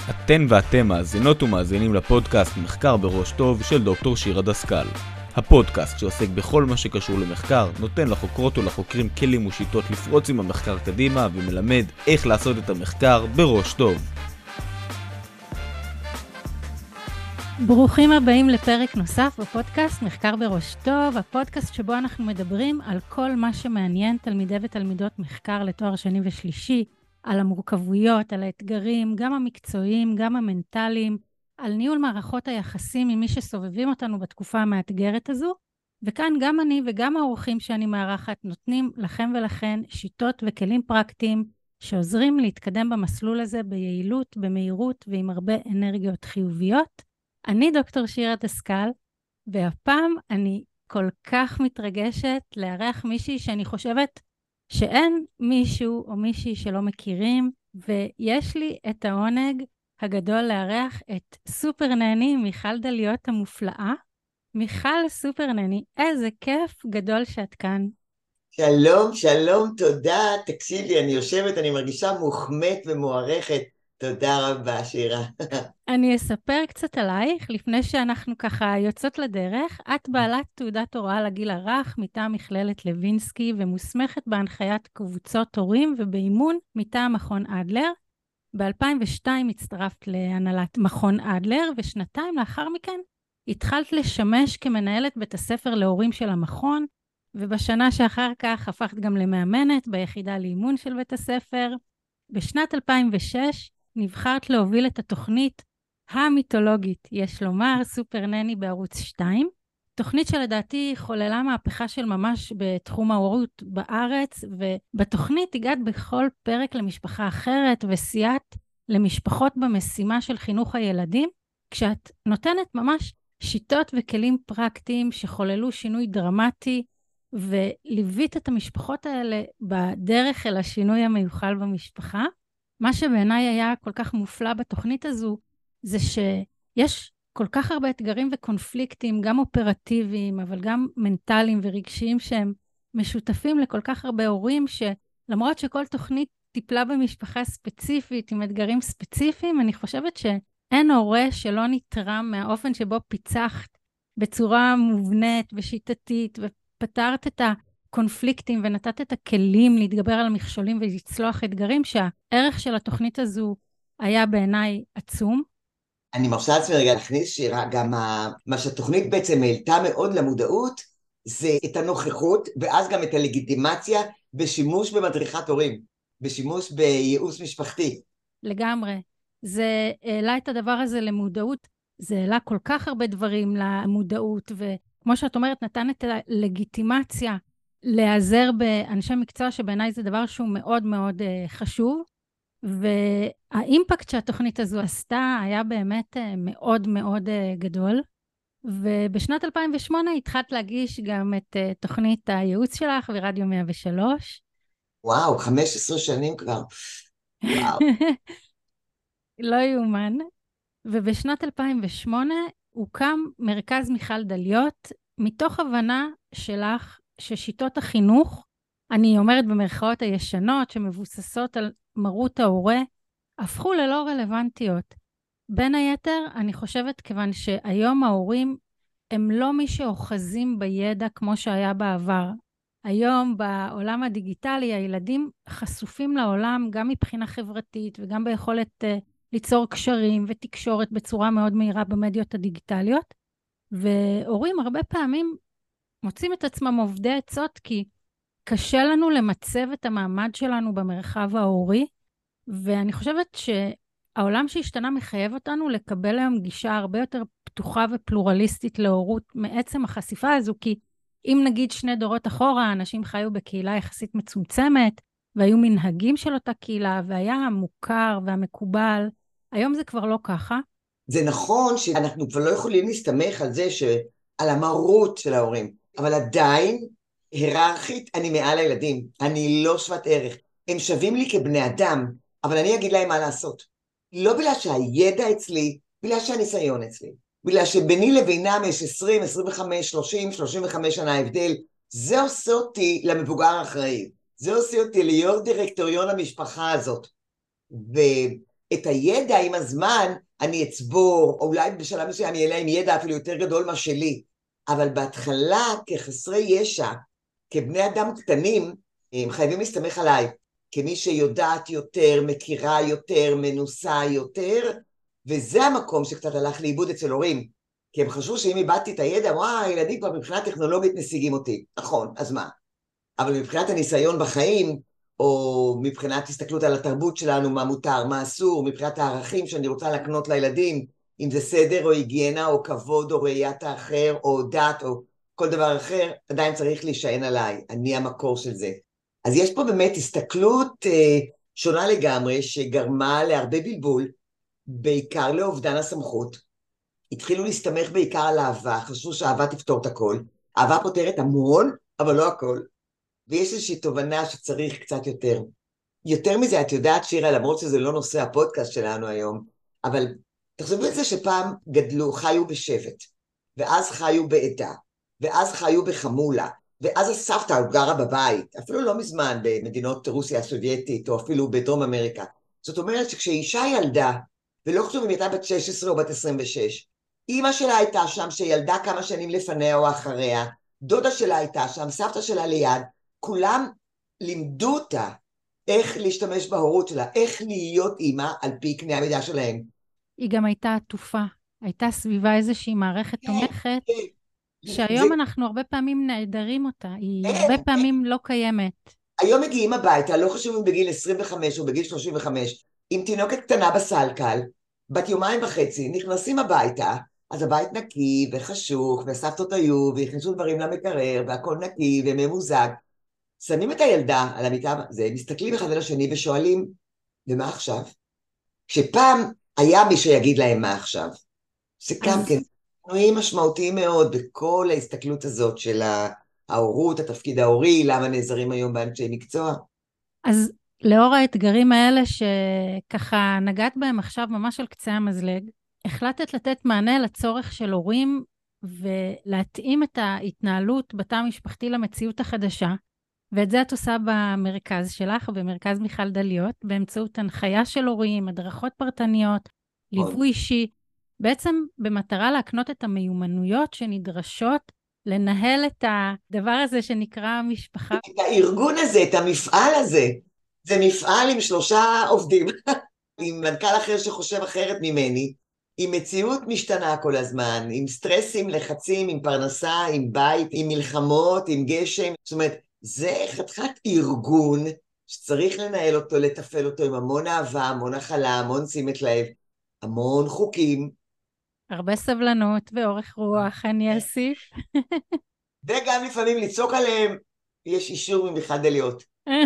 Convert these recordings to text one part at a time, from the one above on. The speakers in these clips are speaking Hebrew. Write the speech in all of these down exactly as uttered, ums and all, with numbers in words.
אתן ואתם מאזינות ומאזינים לפודקאסט מחקר בראש טוב של דוקטור שירה דסקל. הפודקאסט שעוסק בכל מה שקשור למחקר, נותן לחוקרות ולחוקרים כלים ושיטות לפרוץ עם המחקר קדימה ומלמד איך לעשות את המחקר בראש טוב. ברוכים הבאים לפרק נוסף בפודקאסט מחקר בראש טוב, הפודקאסט שבו אנחנו מדברים על כל מה שמעניין תלמידי ותלמידות מחקר לתואר שני ושלישי, על המורכבויות, על האתגרים, גם המקצועיים, גם המנטליים, על ניהול מערכות היחסים עם מי שסובבים אותנו בתקופה המאתגרת הזו, וכאן גם אני וגם האורחים שאני מארחת נותנים לכם ולכן שיטות וכלים פרקטיים שעוזרים להתקדם במסלול הזה ביעילות, במהירות ועם הרבה אנרגיות חיוביות. אני דוקטור שירה דסקל, והפעם אני כל כך מתרגשת לארח מישהי שאני חושבת שאין מישהו או מישהי שלא מכירים, ויש לי את העונג הגדול לארח את סופר נני מיכל דליות המופלאה. מיכל סופר נני, איזה כיף גדול שאת כאן. שלום, שלום, תודה. תקשיבי, אני יושבת, אני מרגישה מוחמאת ומוערכת. תודה רבה, שירה. אני אספר קצת עלייך, לפני שאנחנו ככה יוצאות לדרך. את בעלת תעודת הוראה לגיל הרך מטעם מכללת לוינסקי, ומוסמכת בהנחיית קבוצות הורים ובאימון מטעם מכון אדלר. ב-אלפיים ושתיים הצטרפת להנהלת מכון אדלר, ושנתיים לאחר מכן התחלת לשמש כמנהלת בית הספר להורים של המכון, ובשנה שאחר כך הפכת גם למאמנת ביחידה לאימון של בית הספר. בשנת אלפיים ושש נבחרת להוביל את התוכנית המיתולוגית, יש לומר, סופר נני בערוץ שתיים. תוכנית שלדעתי חוללה מהפכה של ממש בתחום ההורות בארץ, ובתוכנית הגעת בכל פרק למשפחה אחרת, וסייעת למשפחות במשימה של חינוך הילדים, כשאת נותנת ממש שיטות וכלים פרקטיים שחוללו שינוי דרמטי, וליווית את המשפחות האלה בדרך אל השינוי המיוחל במשפחה. מה שבעיניי היה כל כך מופלא בתוכנית הזו, זה שיש כל כך הרבה אתגרים וקונפליקטים, גם אופרטיביים, אבל גם מנטליים ורגשיים, שהם משותפים לכל כך הרבה הורים, שלמרות שכל תוכנית טיפלה במשפחה ספציפית, עם אתגרים ספציפיים, אני חושבת שאין הורה שלא נתרם מהאופן שבו פיצחת בצורה מובנית ושיטתית, ופתרת את הקונפליקטים ונתת את הכלים להתגבר על המכשולים ולצלוח אתגרים, שהערך של התוכנית הזו היה בעיניי עצום. אני מרשה לעצמי רגע להכניס, שירה, גם מה שהתוכנית בעצם העלתה מאוד למודעות, זה את הנוכחות, ואז גם את הלגיטימציה בשימוש במדריכת הורים, בשימוש בייעוץ משפחתי. לגמרי. זה העלה את הדבר הזה למודעות, זה העלה כל כך הרבה דברים למודעות, וכמו שאת אומרת, נתן את הלגיטימציה להיעזר באנשי מקצוע, שבעיניי זה דבר שהוא מאוד מאוד חשוב, והאימפקט שהתוכנית הזו עשתה היה באמת מאוד מאוד גדול. ובשנת אלפיים ושמונה התחלת להגיש גם את תוכנית הייעוץ שלך ברדיו מאה ושלוש. וואו, חמש עשרה שנים כבר. וואו. לא יאומן. ובשנת אלפיים ושמונה הוקם מרכז מיכל דליות, מתוך הבנה שלך ששיטות החינוך, אני אומרת במרכאות הישנות, שמבוססות על מרות ההורה, הפכו ללא רלוונטיות. בין היתר, אני חושבת כיוון שהיום ההורים הם לא מי שאוחזים בידע כמו שהיה בעבר. היום בעולם הדיגיטלי הילדים חשופים לעולם גם מבחינה חברתית וגם ביכולת uh, ליצור קשרים ותקשורת בצורה מאוד מהירה במדיות הדיגיטליות. והורים הרבה פעמים מוצאים את עצמם עובדי עצות כי קשה לנו למצב את המעמד שלנו במרחב ההורי, ואני חושבת שהעולם שהשתנה מחייב אותנו לקבל היום גישה הרבה יותר פתוחה ופלורליסטית להורות מעצם החשיפה הזו, כי אם נגיד שני דורות אחורה, אנשים חיו בקהילה יחסית מצומצמת, והיו מנהגים של אותה קהילה, והיה המוכר והמקובל, היום זה כבר לא ככה. זה נכון שאנחנו כבר לא יכולים להסתמך על זה, על המרות של ההורים, אבל עדיין, היררכית, אני מעל הילדים, אני לא שוות ערך, הם שווים לי כבני אדם, אבל אני אגיד להם מה לעשות. לא בגלל שהידע אצלי, בגלל שהניסיון אצלי, בגלל שביני לבינם יש עשרים, עשרים וחמש, שלושים, שלושים וחמש שנה הבדל, זה עושה אותי למבוגר האחראי, זה עושה אותי ליו"ר דירקטוריון המשפחה הזאת, את הידע עם הזמן אני אצבור, או אולי בשלב מסוים יהיה להם ידע אפילו יותר גדול מה שלי, אבל בהתחלה כחסרי ישע, כבני אדם קטנים, הם חייבים להסתמך עליי, כמי שיודעת יותר, מכירה יותר, מנוסה יותר, וזה המקום שקצת הלך לאיבוד אצל הורים, כי הם חשבו שאם איבדתי את הידע, וואי, הילדים כבר מבחינה טכנולוגית משיגים אותי. נכון, אז מה? אבל מבחינת הניסיון בחיים, או מבחינת הסתכלות על התרבות שלנו, מה מותר, מה אסור, מבחינת הערכים שאני רוצה להקנות לילדים, אם זה סדר או היגיינה או כבוד או ראיית האחר או דת או כל דבר אחר, עדיין צריך להישען עליי, אני המקור של זה. אז יש פה באמת הסתכלות אה, שונה לגמרי, שגרמה להרבה בלבול, בעיקר לאובדן הסמכות. התחילו להסתמך בעיקר על אהבה, חשבו שאהבה תפתור את הכל. אהבה פותרת המון, אבל לא הכל. ויש איזושהי תובנה שצריך קצת יותר. יותר מזה, את יודעת, שירה, למרות שזה לא נושא הפודקאסט שלנו היום, אבל תחשבו על זה שפעם גדלו, חיו בשבט, ואז חיו בעדה, ואז חיו בחמולה, ואז הסבתא גרה בבית, אפילו לא מזמן במדינות רוסיה הסובייטית, או אפילו בדרום אמריקה. זאת אומרת שכשאישה ילדה, ולא חשוב אם הייתה בת שש עשרה או בת עשרים ושש, אמא שלה הייתה שם שילדה כמה שנים לפניה או אחריה, דודה שלה הייתה שם, סבתא שלה ליד, כולם לימדו אותה איך להשתמש בהורות שלה, איך להיות אימא על פי קנה המידה שלהם. היא גם הייתה עטופה, הייתה סביבה איזושהי מערכת כן, תומכת, כן. שהיום זה- אנחנו הרבה פעמים נעדרים אותה, היא אין, הרבה פעמים לא קיימת. היום מגיעים הביתה, לא חשוב אם בגיל עשרים וחמש או בגיל שלושים וחמש, עם תינוקת קטנה בסלקל, בת יומיים וחצי, נכנסים הביתה, אז הבית נקי וחשוך, וסבתות היו, והכניסו דברים למקרר, והכל נקי וממוזג. שמים את הילדה על המיטה, זה, מסתכלים אחד על השני ושואלים, ומה עכשיו? כשפעם היה מי שיגיד להם מה עכשיו. זה גם אז- כן, שינויים משמעותיים מאוד בכל ההסתכלות הזאת של ההורות, התפקיד ההורי, למה נעזרים היום באנשי מקצוע. אז לאור האתגרים האלה שככה נגעת בהם עכשיו ממש על קצה המזלג, החלטת לתת מענה לצורך של הורים ולהתאים את ההתנהלות בתא המשפחתי למציאות החדשה, ואת זה את עושה במרכז שלך, במרכז מיכל דליות, באמצעות הנחיה של הורים, הדרכות פרטניות, ליווי אישי, בעצם במטרה להקנות את המיומנויות שנדרשות לנהל את הדבר הזה שנקרא משפחה. את הארגון הזה, את המפעל הזה, זה מפעל עם שלושה עובדים, עם מנכ"ל אחר שחושב אחרת ממני, עם מציאות משתנה כל הזמן, עם סטרסים, לחצים, עם פרנסה, עם בית, עם מלחמות, עם גשם. זאת אומרת, זה חתיכת ארגון שצריך לנהל אותו, לתפעל אותו עם המון אהבה, המון הכלה, המון שימת לב, המון חוקים. הרבה סבלנות ואורך רוח, אני אוסיף. וגם לפעמים לצעוק עליהם, יש אישור ממיכל דליות.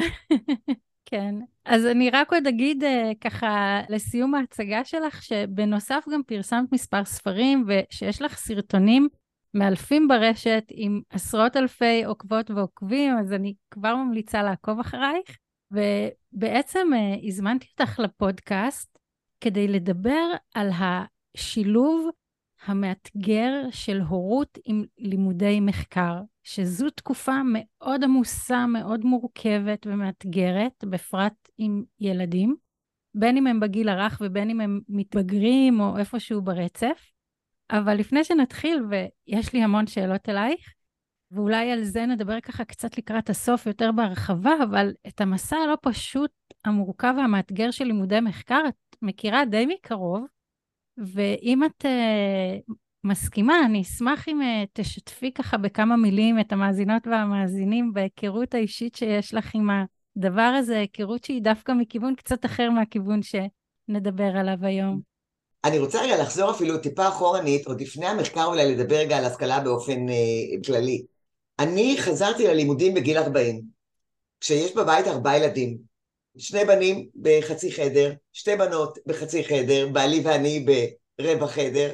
כן. אז אני רק עוד אגיד uh, ככה לסיום ההצגה שלך, שבנוסף גם פרסמת מספר ספרים, ושיש לך סרטונים מאלפים ברשת עם עשרות אלפי עוקבות ועוקבים, אז אני כבר ממליצה לעקוב אחרייך. ובעצם uh, הזמנתי אותך לפודקאסט כדי לדבר על השילוב המאתגר של הורות עם לימודי מחקר, שזו תקופה מאוד עמוסה, מאוד מורכבת ומאתגרת, בפרט עם ילדים, בין אם הם בגיל הרך ובין אם הם מתבגרים או איפשהו ברצף. אבל לפני שנתחיל, ויש לי המון שאלות אלייך, ואולי על זה נדבר ככה קצת לקראת הסוף יותר בהרחבה, אבל את המסע הלא פשוט, המורכב והמאתגר של לימודי מחקר, את מכירה די מקרוב, ואם את uh, מסכימה, אני אשמח אם uh, תשתפי ככה בכמה מילים את המאזינות והמאזינים בהיכרות האישית שיש לך עם הדבר הזה, היכרות שהיא דווקא מכיוון קצת אחר מהכיוון שנדבר עליו היום. אני רוצה רגע לחזור אפילו טיפה אחורנית, עוד לפני המחקר אולי לדבר רגע על השכלה באופן uh, כללי. אני חזרתי ללימודים בגיל ארבעים, כשיש בבית ארבעה ילדים, שני בנים בחצי חדר, שתי בנות בחצי חדר, בעלי ואני ברבע חדר,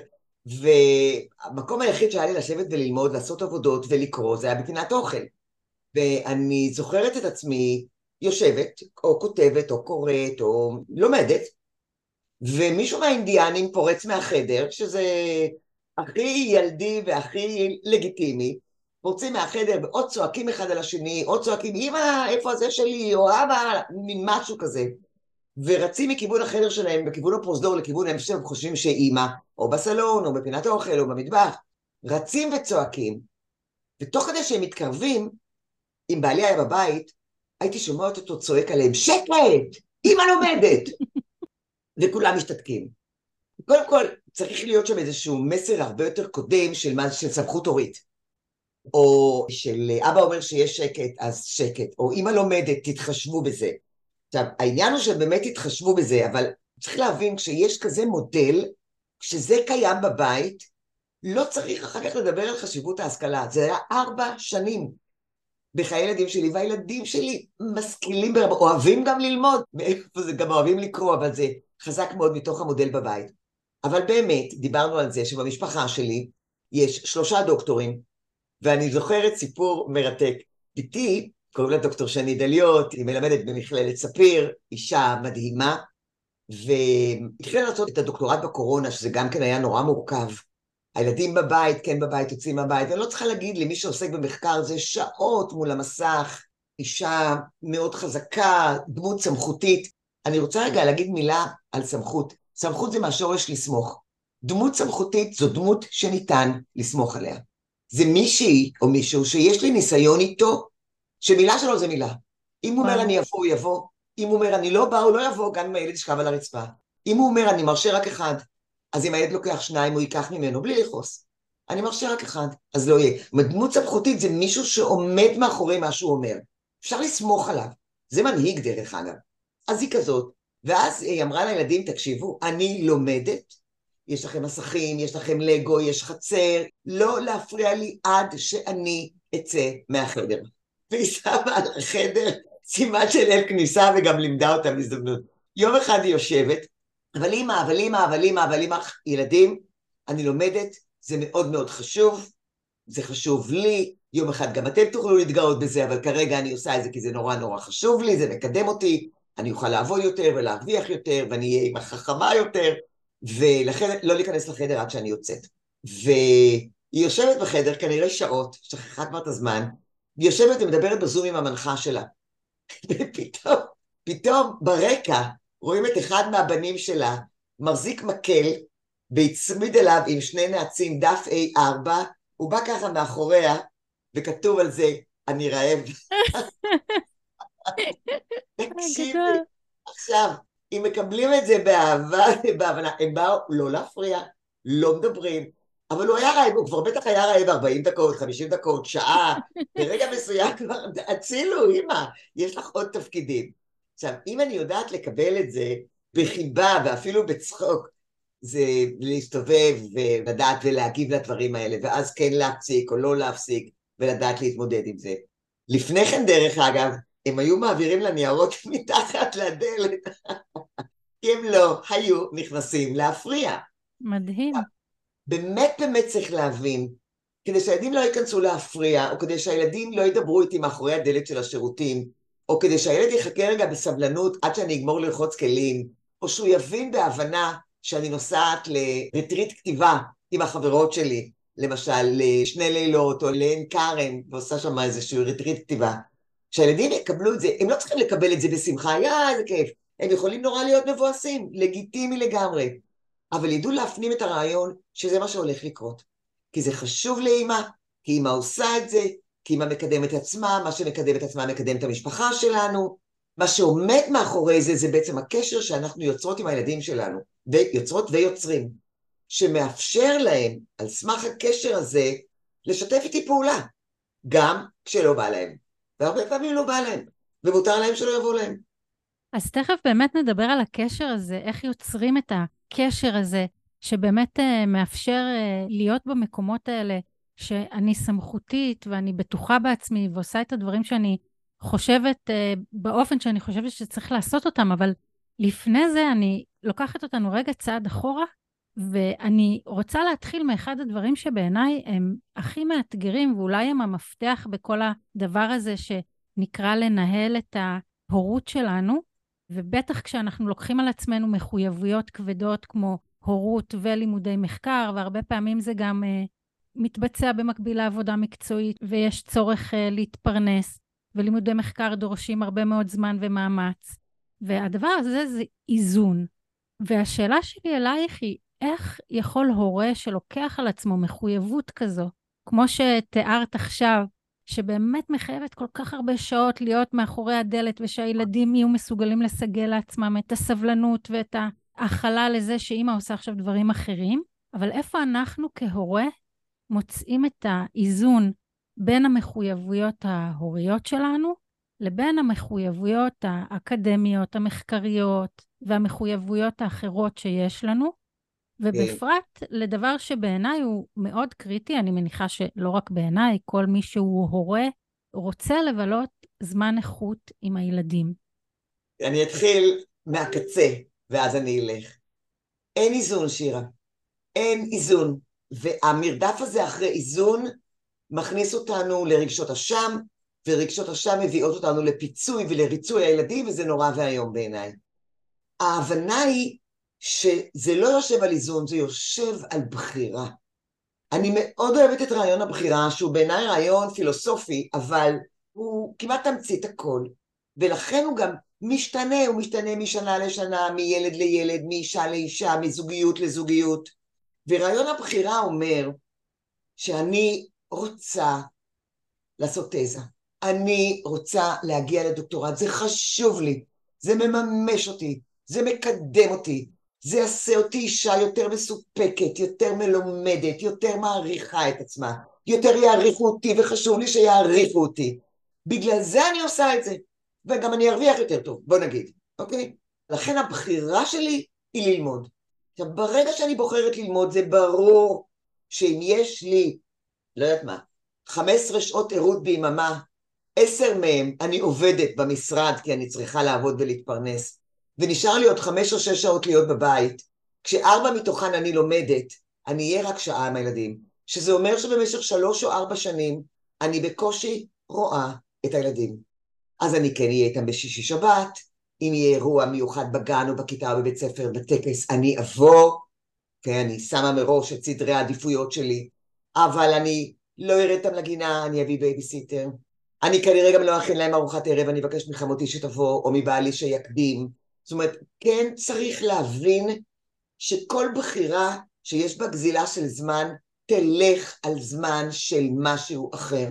והמקום היחיד שהיה לי לשבת וללמוד, לעשות עבודות ולקרוא, זה היה בפינת אוכל. ואני זוכרת את עצמי יושבת, או כותבת, או קוראת, או לומדת, ומישהו מהאינדיאנים פורץ מהחדר, שזה הכי ילדי והכי לגיטימי, פורצים מהחדר ועוד צועקים אחד על השני, עוד צועקים, אמא, איפה הזה שלי, או אבא, מין משהו כזה. ורצים מכיוון החדר שלהם, בכיוון הפרוזדור לכיוון הם שהם חושבים שאימא, או בסלון, או בפינת האוכל, או במטבח, רצים וצועקים, ותוך כדי שהם מתקרבים, אם בעלי היה בבית, הייתי שומעת אותו צועק עליהם, שקט, אימא לומדת, וכולם משתתקים. קודם כל, צריך להיות שם איזשהו מסר הרבה יותר קודם של, של סמכות הורית, או של אבא אומר שיש שקט, אז שקט, או אימא לומדת, תתחשבו בזה. עכשיו, העניין הוא שבאמת תתחשבו בזה, אבל צריך להבין, כשיש כזה מודל, כשזה קיים בבית, לא צריך אחר כך לדבר על חשיבות ההשכלה. זה היה ארבע שנים בחיי ילדים שלי, והילדים שלי משכילים, ברב... אוהבים גם ללמוד, זה גם אוהבים לקרוא, אבל זה חזק מאוד מתוך המודל בבית. אבל באמת, דיברנו על זה שבמשפחה שלי יש שלושה דוקטורים, ואני זוכרת סיפור מרתק. ביתי, קוראים לה דוקטור שני דליות, היא מלמדת במכללת ספיר, אישה מדהימה, והתחילה לעשות את הדוקטורט בקורונה, שזה גם כן היה נורא מורכב. הילדים בבית, כן בבית, יוצאים מהבית, אני לא צריכה להגיד למי שעוסק במחקר, זה שעות מול המסך, אישה מאוד חזקה, דמות סמכותית. אני רוצה רגע להגיד מילה על סמכות. סמכות זה מהשורש לסמוך. דמות סמכותית זו דמות שניתן לסמוך עליה. זה מישהי או מישהו שיש לי ניסיון איתו, שמילה שלו זה מילה. אם הוא אומר אני אבוא, הוא יבוא. אם הוא אומר אני לא בא, הוא לא יבוא, גם אם הילד ישכב על הרצפה. אם הוא אומר אני מרשה רק אחד, אז אם הילד לוקח שניים, הוא ייקח ממנו, בלי לחוס. אני מרשה רק אחד, אז לא יהיה. דמות סמכותית זה מישהו שעומד מאחורי מה שהוא אומר. אפשר לסמוך עליו. זה מנהיג דרך אגב. אז היא כזאת. ואז היא אמרה לילדים, תקשיבו, אני לומדת, יש לכם מסכים, יש לכם לגו, יש חצר, לא להפריע לי עד שאני אצא מהחדר. והיא שמה על החדר סימן של אל כניסה, וגם לימדה אותה מזדמנות. יום אחד היא יושבת, אבל אמא, אבל אמא, אבל אמא, אבל אמא, ילדים, אני לומדת, זה מאוד מאוד חשוב, זה חשוב לי, יום אחד גם אתם תוכלו להתגאות בזה, אבל כרגע אני עושה את זה כי זה נורא נורא חשוב לי, זה מקדם אותי, אני אוכל לעבוד יותר ולהרוויח יותר, ואני אהיה עם החכמה יותר, ולכן לא להיכנס לחדר עד שאני יוצאת. והיא יושבת בחדר כנראה שעות, שכחה כבר את הזמן, היא יושבת ומדברת בזום עם המנחה שלה. ופתאום, פתאום ברקע, רואים את אחד מהבנים שלה, מחזיק מקל, והצמיד אליו עם שני נעצים דף איי ארבע, הוא בא ככה מאחוריה, וכתוב על זה, אני רעב. תקשיבי, עכשיו, אם מקבלים את זה באהבה, בהבנה, הם באו לא להפריע, לא מדברים, אבל הוא היה רעב, הוא כבר בטח היה רעב ארבעים דקות, חמישים דקות, שעה, ברגע מסוים כבר, הצילו, אמא, יש לך עוד תפקידים. עכשיו, אם אני יודעת לקבל את זה בחיבה ואפילו בצחוק, זה להסתובב ולדעת ולהגיב לדברים האלה, ואז כן להפסיק או לא להפסיק, ולדעת להתמודד עם זה. לפני כן, דרך אגב, הם היו מעבירים לניירות מתחת לדלת, כי הם לא היו נכנסים להפריע. מדהים. באמת באמת צריך להבין, כדי שהילדים לא ייכנסו להפריע, או כדי שהילדים לא ידברו איתי מאחורי הדלת של השירותים, או כדי שהילד יחכה רגע בסבלנות עד שאני אגמור ללחוץ כלים, או שהוא יבין בהבנה שאני נוסעת לרטריט כתיבה עם החברות שלי, למשל לשני לילות או לעין קרן, ועושה שם איזשהו רטריט כתיבה. שהילדים יקבלו את זה, הם לא צריכים לקבל את זה בשמחה, יא, איזה כיף. הם יכולים נורא להיות מבואסים, לגיטימי לגמרי. אבל ידעו להפנים את הרעיון שזה מה שהולך לקרות. כי זה חשוב לאמא, כי אמא עושה את זה, כי אמא מקדמת עצמה, מה שמקדמת עצמה מקדם את המשפחה שלנו. מה שעומד מאחורי זה, זה בעצם הקשר שאנחנו יוצרות עם הילדים שלנו, ויוצרות ויוצרים, שמאפשר להם, על סמך הקשר הזה, לשתף איתי פעולה, גם כשלא בא להם. והרבה פעמים לא בא להם, ומותר להם שלא יבוא להם. אז תכף באמת נדבר על הקשר הזה, איך יוצרים את הקשר הזה, שבאמת uh, מאפשר uh, להיות במקומות האלה, שאני סמכותית ואני בטוחה בעצמי, ועושה את הדברים שאני חושבת, uh, באופן שאני חושבת שצריך לעשות אותם, אבל לפני זה אני לוקחת אותנו רגע צעד אחורה, ואני רוצה להתחיל מאחד הדברים שבעיניי הם הכי מאתגרים, ואולי הם המפתח בכל הדבר הזה שנקרא לנהל את ההורות שלנו, ובטח כשאנחנו לוקחים על עצמנו מחויבויות כבדות כמו הורות ולימודי מחקר, והרבה פעמים זה גם uh, מתבצע במקביל לעבודה מקצועית, ויש צורך uh, להתפרנס, ולימודי מחקר דורשים הרבה מאוד זמן ומאמץ. והדבר הזה זה איזון. והשאלה שלי אלייך היא, איך יכול הורה שלוקח על עצמו מחויבות כזו, כמו שתיארת עכשיו, שבאמת מחייבת כל כך הרבה שעות להיות מאחורי הדלת, ושהילדים יהיו מסוגלים לסגל לעצמם את הסבלנות ואת ההכלה לזה שאמא עושה עכשיו דברים אחרים, אבל איפה אנחנו כהורה מוצאים את האיזון בין המחויבויות ההוריות שלנו, לבין המחויבויות האקדמיות, המחקריות, והמחויבויות האחרות שיש לנו, ובפרט לדבר שבעיניי הוא מאוד קריטי, אני מניחה שלא רק בעיניי, כל מי שהוא הורה רוצה לבלות זמן איכות עם הילדים. אני אתחיל מהקצה, ואז אני אלך. אין איזון, שירה. אין איזון. והמרדף הזה אחרי איזון מכניס אותנו לרגשות אשם, ורגשות אשם מביאות אותנו לפיצוי ולריצוי הילדים, וזה נורא והיום בעיניי. ההבנה היא שזה לא יושב על איזון, זה יושב על בחירה. אני מאוד אוהבת את רעיון הבחירה, שהוא בעיניי רעיון פילוסופי, אבל הוא כמעט תמצית הכל. ולכן הוא גם משתנה, הוא משתנה משנה לשנה, מילד לילד, מאישה לאישה, מזוגיות לזוגיות. ורעיון הבחירה אומר שאני רוצה לעשות תזה. אני רוצה להגיע לדוקטורט, זה חשוב לי, זה מממש אותי, זה מקדם אותי, זה יעשה אותי אישה יותר מסופקת, יותר מלומדת, יותר מעריכה את עצמה, יותר יעריכו אותי, וחשוב לי שיעריכו אותי. בגלל זה אני עושה את זה, וגם אני ארוויח יותר טוב, בוא נגיד, אוקיי? לכן הבחירה שלי היא ללמוד. עכשיו, ברגע שאני בוחרת ללמוד, זה ברור שאם יש לי, לא יודעת מה, חמש עשרה שעות ערות ביממה, עשר מהם אני עובדת במשרד, כי אני צריכה לעבוד ולהתפרנס, ונשאר לי עוד חמש או שש שעות להיות בבית, כשארבע מתוכן אני לומדת, אני אהיה רק שעה עם הילדים, שזה אומר שבמשך שלוש או ארבע שנים, אני בקושי רואה את הילדים. אז אני כן אהיה איתם בשישי שבת, אם יהיה אירוע מיוחד בגן או בכיתה או בבית ספר, בטקס, אני אבוא, כן, אני שמה מראש את סדרי העדיפויות שלי, אבל אני לא ארד אותם לגינה, אני אביא בייביסיטר, אני כנראה גם לא אכין להם ארוחת ערב, אני אבקש מחמותי שתבוא, או מבעלי שיקדים. זאת אומרת, כן צריך להבין שכל בחירה שיש בה גזילה של זמן, תלך על זמן של משהו אחר.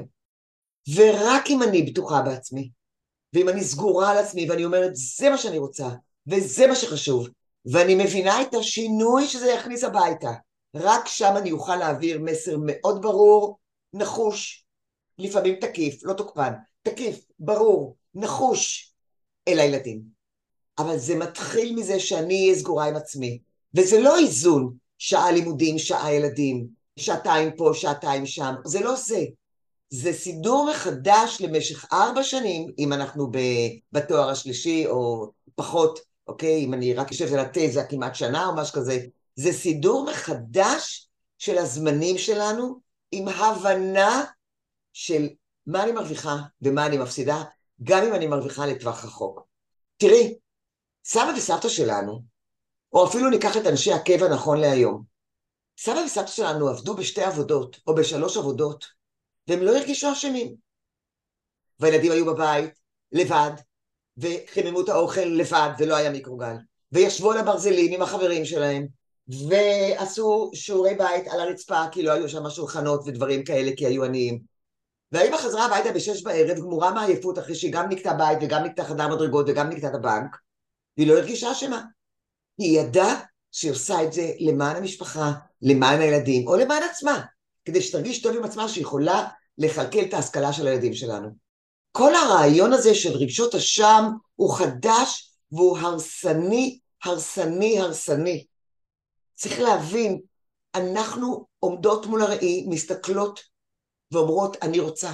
ורק אם אני בטוחה בעצמי, ואם אני סגורה על עצמי, ואני אומרת, זה מה שאני רוצה, וזה מה שחשוב, ואני מבינה את השינוי שזה יכניס הביתה, רק שם אני אוכל להעביר מסר מאוד ברור, נחוש, לפעמים תקיף, לא תוקפן, תקיף, ברור, נחוש אל הילדים. אבל זה מתחיל מזה שאני אהיה סגורה עם עצמי, וזה לא איזון, שעה לימודים, שעה ילדים, שעתיים פה, שעתיים שם, זה לא זה. זה סידור מחדש למשך ארבע שנים, אם אנחנו בתואר השלישי או פחות, אוקיי, אם אני רק יושבת על התזה כמעט שנה או משהו כזה, זה סידור מחדש של הזמנים שלנו, עם הבנה של מה אני מרוויחה ומה אני מפסידה, גם אם אני מרוויחה לטווח רחוק. תראי, סבא וסבתא שלנו, או אפילו ניקח את אנשי הקבע נכון להיום, סבא וסבתא שלנו עבדו בשתי עבודות, או בשלוש עבודות, והם לא הרגישו אשמים. והילדים היו בבית, לבד, וחיממו את האוכל לבד, ולא היה מיקרוגל. וישבו על הברזלים עם החברים שלהם, ועשו שיעורי בית על הרצפה, כי לא היו שם שולחנות ודברים כאלה, כי היו עניים. והאמא חזרה הביתה בשש בערב, גמורה מעייפות, אחרי שהיא גם נקטה בית, וגם נקטה חדר מדרגות, וגם נקטה את הבנק, והיא לא הרגישה אשמה. היא ידעה שהיא עושה את זה למען המשפחה, למען הילדים, או למען עצמה, כדי שתרגיש טוב עם עצמה שיכולה לכלכל את ההשכלה של הילדים שלנו. כל הרעיון הזה של רגשות אשם הוא חדש והוא הרסני, הרסני, הרסני. צריך להבין, אנחנו עומדות מול הראי, מסתכלות ואומרות אני רוצה,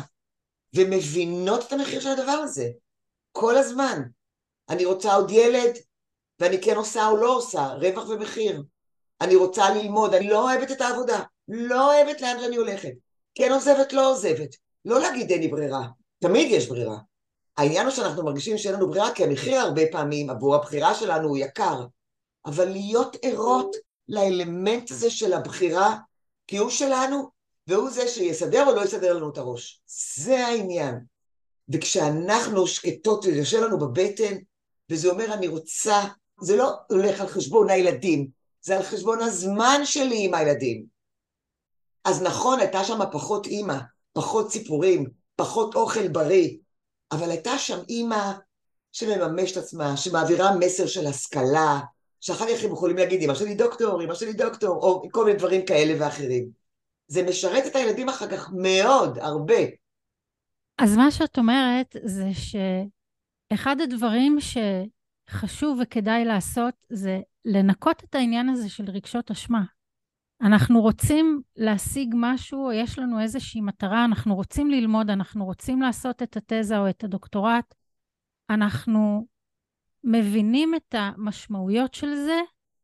ומבינות את המחיר של הדבר הזה, כל הזמן. אני רוצה עוד ילד, ואני כן עושה או לא עושה, רווח ומחיר. אני רוצה ללמוד, אני לא אוהבת את העבודה, לא אוהבת לאן שאני הולכת, כן עוזבת, לא עוזבת, לא להגיד אין לי ברירה, תמיד יש ברירה. העניין הוא שאנחנו מרגישים שאין לנו ברירה, כי המחיר הרבה פעמים עבור הבחירה שלנו הוא יקר, אבל להיות ערות לאלמנט הזה של הבחירה, כי הוא שלנו, והוא זה שיסדר או לא יסדר לנו את הראש. זה העניין. וכשאנחנו שקטות ויושב לנו בבטן, וזה אומר אני רוצה, זה לא הולך על חשבון הילדים, זה על חשבון הזמן שלי עם הילדים. אז נכון, הייתה שם פחות אימא, פחות סיפורים, פחות אוכל בריא, אבל הייתה שם אימא שמממש את עצמה, שמעבירה מסר של השכלה, שאחר כך הם יכולים להגיד, אמא שלי דוקטור, אמא שלי דוקטור, או כל מיני דברים כאלה ואחרים. זה משרת את הילדים אחר כך מאוד, הרבה. אז מה שאת אומרת זה שאחד הדברים שחשוב וכדאי לעשות זה לנקות את העניין הזה של רגשות אשמה. אנחנו רוצים להשיג משהו, או יש לנו איזושהי מטרה, אנחנו רוצים ללמוד, אנחנו רוצים לעשות את התזה או את הדוקטורט, אנחנו מבינים את המשמעויות של זה,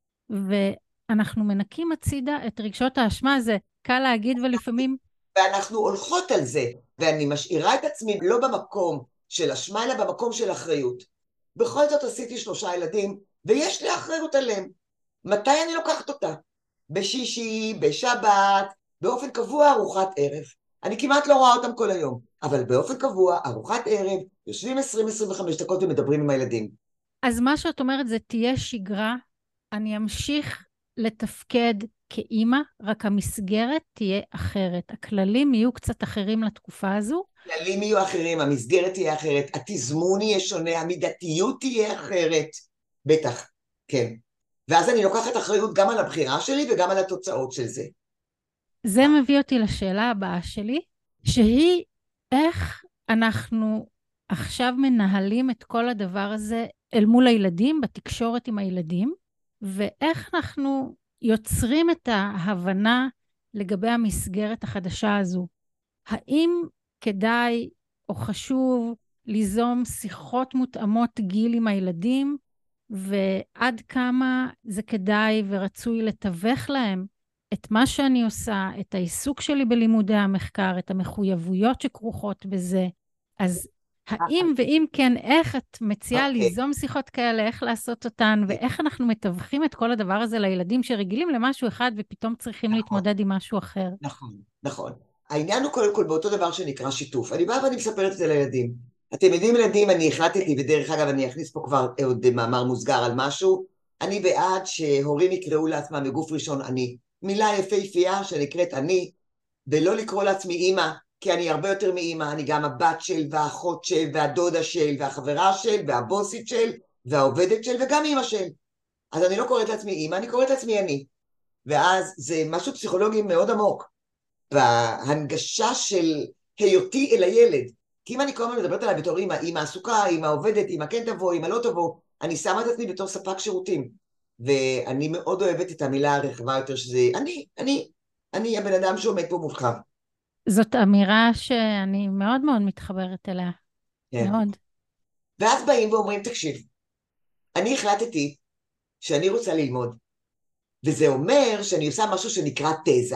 ואנחנו מנקים הצידה את רגשות האשמה. זה קל להגיד ולפעמים... ואנחנו הולכות על זה, ואני משאירה את עצמי לא במקום של אשמה, אלא במקום של אחריות. בכל זאת עשיתי שלושה ילדים, ויש לי אחריות עליהם. מתי אני לוקחת אותה? בשישי, בשבת, באופן קבוע ארוחת ערב. אני כמעט לא רואה אותם כל היום, אבל באופן קבוע ארוחת ערב, יושבים עשרים עד עשרים וחמש דקות ומדברים עם הילדים. אז מה שאת אומרת זה תהיה שגרה, אני אמשיך לתפקד כאימא, רק המסגרת תהיה אחרת. הכללים יהיו קצת אחרים לתקופה הזו. הכללים יהיו אחרים, המסגרת תהיה אחרת, התזמון יהיה שונה, המידתיות תהיה אחרת. בטח, כן. ואז אני לוקחת אחריות גם על הבחירה שלי וגם על התוצאות של זה. זה מביא אותי לשאלה הבאה שלי, שהיא איך אנחנו עכשיו מנהלים את כל הדבר הזה אל מול הילדים, בתקשורת עם הילדים, ואיך אנחנו יוצרים את ההבנה לגבי המסגרת החדשה הזו. האם כדאי או חשוב ליזום שיחות מותאמות גיל עם הילדים, ועד כמה זה כדאי ורצוי לתווך להם את מה שאני עושה, את העיסוק שלי בלימודי המחקר, את המחויבויות שכרוכות בזה. אז האם ואם כן, איך את מציעה okay. ליזום שיחות כאלה, איך לעשות אותן, okay. ואיך אנחנו מתווכים את כל הדבר הזה לילדים שרגילים למשהו אחד ופתאום צריכים נכון. להתמודד עם משהו אחר? נכון, נכון. העניין הוא קודם כל באותו דבר שנקרא שיתוף. אני באה ואני מספרת את זה לילדים. אתם יודעים ילדים, אני החלטתי, ודרך אגב אני אכניס פה כבר עוד מאמר מוסגר על משהו, אני בעד שהורים יקראו לעצמם בגוף ראשון אני. מילה יפהפייה שנקראת אני, ולא לקרוא לעצמי אימא, כי אני הרבה יותר מאימא, אני גם הבת של, והאחות של, והדודה של, והחברה של, והבוסית של, והעובדת של, וגם אימא של. אז אני לא קוראת לעצמי אימא, אני קוראת לעצמי אני. ואז זה משהו פסיכולוגי מאוד עמוק, בהנגשה של היותי אל הילד. כי אם אני כל הזמן מדברת עליי בתור אימא, אימא עסוקה, אימא עובדת, אימא כן תבוא, אימא לא תבוא, אני שמה את עצמי בתור ספק שירותים. ואני מאוד אוהבת את המילה הרחבה יותר שזה אני, אני, אני הבן אדם שעומד פה מולך. זאת אמירה שאני מאוד מאוד מתחברת אליה. כן. מאוד. ואז באים ואומרים, תקשיב, אני החלטתי שאני רוצה ללמוד, וזה אומר שאני עושה משהו שנקרא תזה.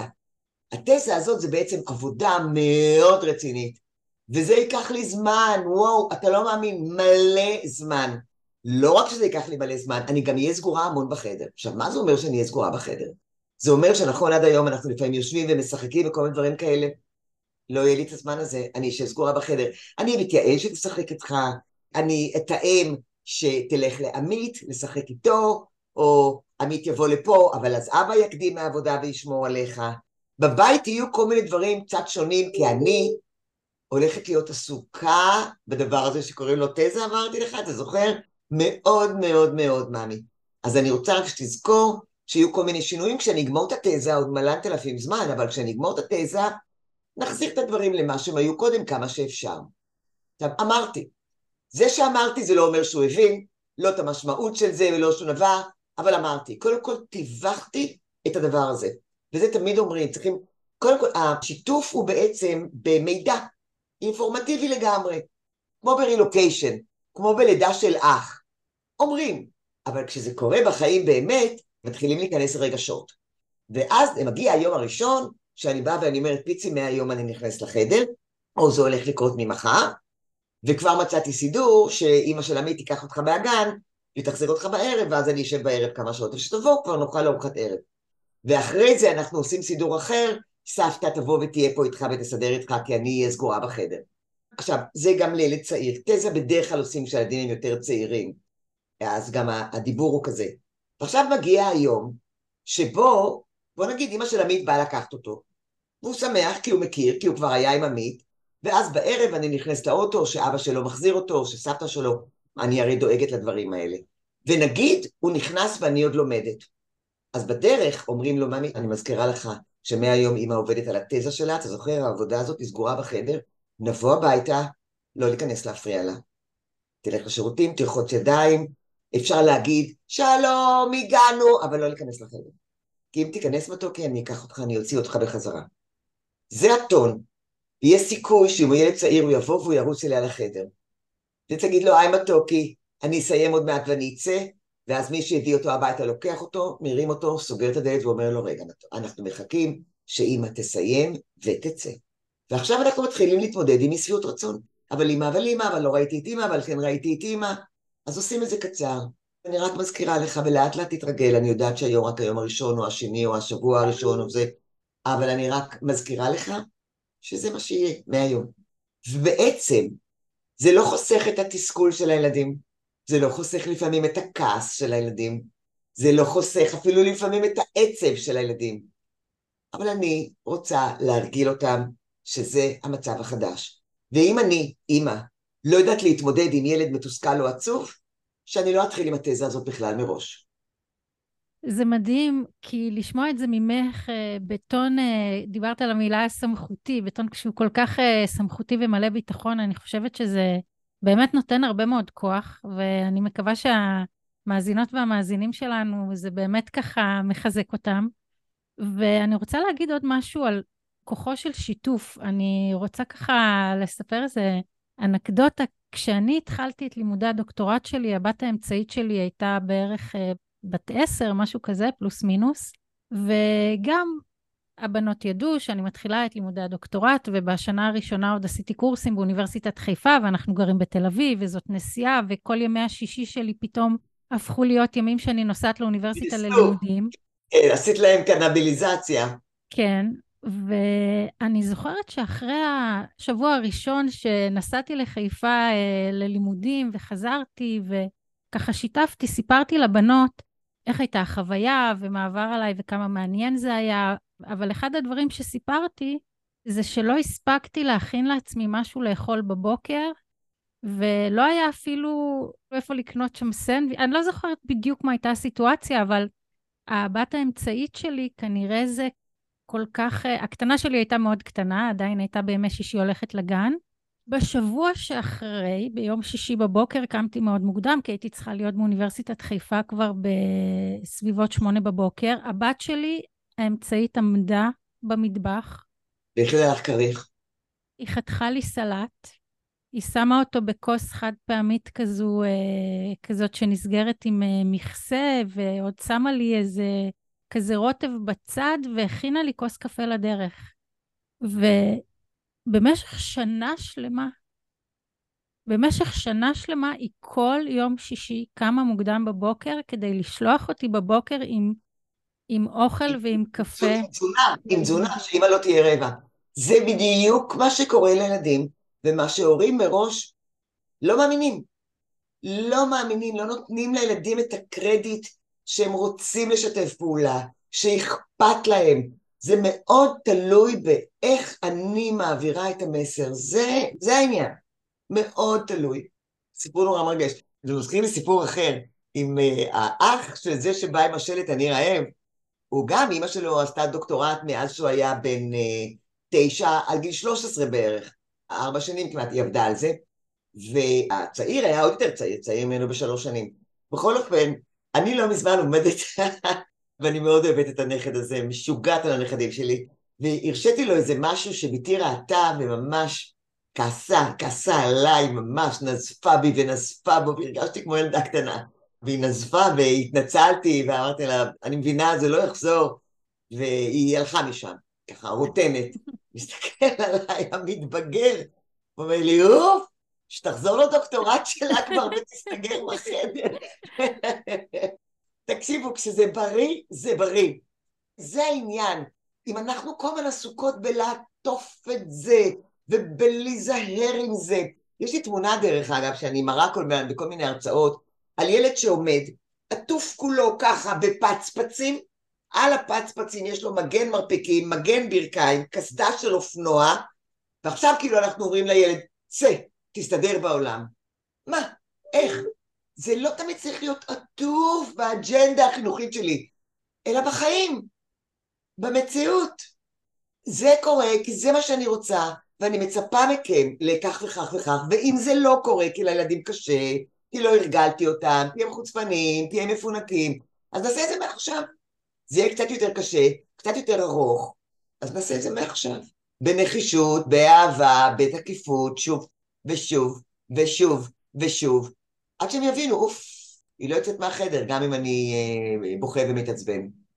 התזה הזאת זה בעצם עבודה מאוד רצינית, וזה ייקח לי זמן, וואו, אתה לא מאמין, מלא זמן. לא רק שזה ייקח לי מלא זמן, אני גם אהיה סגורה המון בחדר. עכשיו, מה זה אומר שאני אהיה סגורה בחדר? זה אומר שנכון עד היום אנחנו לפעמים יושבים ומשחקים וכל מיני דברים כאלה. לא יהיה לי את הזמן הזה, אני אשב סגורה בחדר. אני מתייעל שתשחק איתך, אני אתאם שתלך לעמית, לשחק איתו, או עמית יבוא לפה, אבל אז אבא יקדים מהעבודה וישמור עליך. בבית יהיו כל מיני דברים קצת שונים, כי אני הולכת להיות עסוקה בדבר הזה שקוראים לו תזה, אמרתי לך, אתה זוכר? מאוד מאוד מאוד מאמי. אז אני רוצה רק שתזכור שיהיו כל מיני שינויים, כשאני אגמור את התזה, עוד מלנת אלפים זמן, אבל כשאני אגמור את התזה, נחזיר את הדברים למה שהם היו קודם כמה שאפשר. עכשיו, אמרתי, זה שאמרתי זה לא אומר שהוא הבין, לא את המשמעות של זה ולא שום דבר, אבל אמרתי, קודם כל טיווחתי את הדבר הזה. וזה תמיד אומרים, צריכים, קודם כל, השיתוף הוא בעצם במידע, אינפורמטיבי לגמרי, כמו ברילוקיישן, כמו בלידה של אח. אומרים, אבל כשזה קורה בחיים באמת, מתחילים להיכנס רגשות. ואז מגיע היום הראשון, שאני באה ואני אומרת, פיצי, מהיום אני נכנס לחדר, או זה הולך לקרות ממחר, וכבר מצאתי סידור, שאמא של עמית תיקח אותך מהגן, ותחזיר אותך בערב, ואז אני אשב בערב כמה שעות, ושתבוא, כבר נוכל לארוחת ערב. ואחרי זה אנחנו עושים סידור אחר, סבתא תבוא ותהיה פה איתך ותסדר איתך, כי אני אהיה סגורה בחדר. עכשיו, זה גם לילד צעיר. תזה בדרך כלל עושים כשהילדים הם יותר צעירים. אז גם הדיבור הוא כזה. ועכשיו מגיע היום, שבו, בוא נגיד, אמא של עמית באה לקחת אותו, והוא שמח כי הוא מכיר, כי הוא כבר היה עם עמית, ואז בערב אני נכנס לאוטו, שאבא שלו מחזיר אותו, שסבתא שלו, אני הרי דואגת לדברים האלה. ונגיד, הוא נכנס ואני עוד לומדת. אז בדרך אומרים לו, ממי, אני מזכירה לך, שמהיום אמא עובדת על התזה שלה, אתה זוכר, העבודה הזאת היא סגורה בחדר, נבוא הביתה, לא להיכנס להפריע לה. תלך לשירותים, תרחוץ ידיים, אפשר להגיד, שלום, הגענו, אבל לא להיכנס לחדר. כי אם תיכנס מתוקי, אני אקח אותך, אני אוציא אותך בחזרה. זה הטון. יהיה סיכוי שאם הוא ילד צעיר, הוא יבוא והוא ירוץ אליה לחדר. ותגיד לו, היי מתוקי, אני אסיים עוד מעט ואני אצא, ואז מי שהביא אותו הביתה לוקח אותו, מרים אותו, סוגר את הדלת ואומר לו, רגע, אנחנו מחכים שאמא תסיים ותצא. ועכשיו אנחנו מתחילים להתמודד עם אי-שביעות רצון. אבל אמא, אבל אמא, אבל לא ראיתי את אמא, אבל כן ראיתי את אמא. אז עושים את זה קצר. אני רק מזכירה לך, ולאט לאט תתרגל, אני יודעת שהיום רק היום הראשון, או השני, או השבוע הראשון, או זה, אבל אני רק מזכירה לך, שזה מה שיהיה מהיום. ובעצם, זה לא חוסך את התסכול של הילדים, זה לא חוסך לפעמים את הכעס של הילדים, זה לא חוסך אפילו לפעמים את העצב של הילדים. אבל אני רוצה להרגיל אותם שזה המצב החדש. ואם אני, אמא, לא יודעת להתמודד עם ילד מתוסכל או עצוב, שאני לא אתחיל עם התזה הזאת בכלל מראש. זה מדהים, כי לשמוע את זה ממך בטון, דיברת על המילה סמכותי, בטון שהוא כל כך סמכותי ומלא ביטחון, אני חושבת שזה באמת נותן הרבה מאוד כוח, ואני מקווה שהמאזינות והמאזינים שלנו, זה באמת ככה מחזק אותם. ואני רוצה להגיד עוד משהו על כוחו של שיתוף. אני רוצה ככה לספר איזה אנקדוטה. כשאני התחלתי את לימודי הדוקטורט שלי, הבת האמצעית שלי הייתה בערך בת עשר, משהו כזה, פלוס מינוס, וגם הבנות ידעו שאני מתחילה את לימודי הדוקטורט, ובשנה הראשונה עוד עשיתי קורסים באוניברסיטת חיפה, ואנחנו גרים בתל אביב, וזאת נסיעה, וכל ימי השישי שלי פתאום הפכו להיות ימים שאני נוסעת לאוניברסיטה ללימודים. כן, עשית להם קנביליזציה. כן, ואני זוכרת שאחרי השבוע הראשון שנסעתי לחיפה אה, ללימודים, וחזרתי, וככה שיתפתי, סיפרתי לבנות איך הייתה החוויה, ומה עבר עליי, וכמה מעניין זה היה, אבל אחד הדברים שסיפרתי, זה שלא הספקתי להכין לעצמי משהו לאכול בבוקר, ולא היה אפילו איפה לקנות שם סנדוויץ'. אני לא זוכרת בדיוק מה הייתה הסיטואציה, אבל הבת האמצעית שלי כנראה זה כל כך, הקטנה שלי הייתה מאוד קטנה, עדיין הייתה בימי שישי הולכת לגן. בשבוע שאחרי, ביום שישי בבוקר, קמתי מאוד מוקדם, כי הייתי צריכה להיות באוניברסיטת חיפה כבר בסביבות שמונה בבוקר. הבת שלי האמצעית עמדה במטבח. והכינה לך כריך. היא חתכה לי סלט. היא שמה אותו בכוס חד פעמית כזו, אה, כזאת שנסגרת עם אה, מכסה, ועוד שמה לי איזה כזה רוטב בצד, והכינה לי כוס קפה לדרך. ובמשך שנה שלמה, במשך שנה שלמה, היא כל יום שישי קמה מוקדם בבוקר, כדי לשלוח אותי בבוקר עם, עם אוכל ועם קפה. עם תזונה, עם תזונה, שאמא לא תהיה רעבה. זה בדיוק מה שקורה לילדים, ומה שהורים מראש לא מאמינים. לא מאמינים, לא נותנים לילדים את הקרדיט שהם רוצים לשתף פעולה, שאכפת להם. זה מאוד תלוי באיך אני מעבירה את המסר. זה, זה העניין. מאוד תלוי. סיפור נורא מרגש. זה מזכיר לי סיפור אחר, עם uh, האח של זה שבא עם השלט אני רעב, הוא גם, אמא שלו עשתה דוקטורט מאז שהוא היה בן uh, תשע על גיל שלוש עשרה בערך. ארבע שנים כמעט היא עבדה על זה, והצעיר היה עוד יותר צעיר, צעיר ממנו בשלוש שנים. בכל אופן, אני לא מזמן עומדת, ואני מאוד אוהבת את הנכד הזה, משוגעת על הנכדים שלי, והרשיתי לו איזה משהו שביתי ראתה וממש כעסה, כעסה עליי, ממש נזפה בי ונזפה בו, והרגשתי כמו ילדה קטנה, והיא נזפה והתנצלתי, ואמרתי לה, אני מבינה, זה לא יחזור, והיא הלכה משם, ככה רוטנת, מסתכל עליי, המתבגר, הוא אומר לי, אוף, שתחזור לדוקטורט שלה כבר ותסתגר בחדר. תקשיבו, כשזה בריא, זה בריא. זה העניין. אם אנחנו כל הזמן עסוקות בלעטוף את זה, ובלהיזהר עם זה. יש לי תמונה דרך אגב, שאני מראה כל מיני, בכל מיני הרצאות, על ילד שעומד, עטוף כולו ככה בפצפצים, על הפצפצים יש לו מגן מרפקים, מגן ברכיים, קסדה של אופנוע, ועכשיו כאילו אנחנו אומרים לילד, צא, תסתדר בעולם. מה? איך? זה לא תמיד צריך להיות עטוף באג'נדה החינוכית שלי, אלא בחיים, במציאות. זה קורה כי זה מה שאני רוצה, ואני מצפה מכם לכך וכך וכך, ואם זה לא קורה כי לילדים קשה, כי לא הרגלתי אותם, כי הם חוצפנים, כי הם מפונקים, אז נעשה את זה מעכשיו. זה יהיה קצת יותר קשה, קצת יותר ארוך, אז נעשה את זה מעכשיו. בנחישות, באהבה, בתקיפות, שוב ושוב ושוב ושוב, עד שהם יבינו, אוף, היא לא יוצאת מהחדר, גם אם אני אה, בוכה ומתעצבן.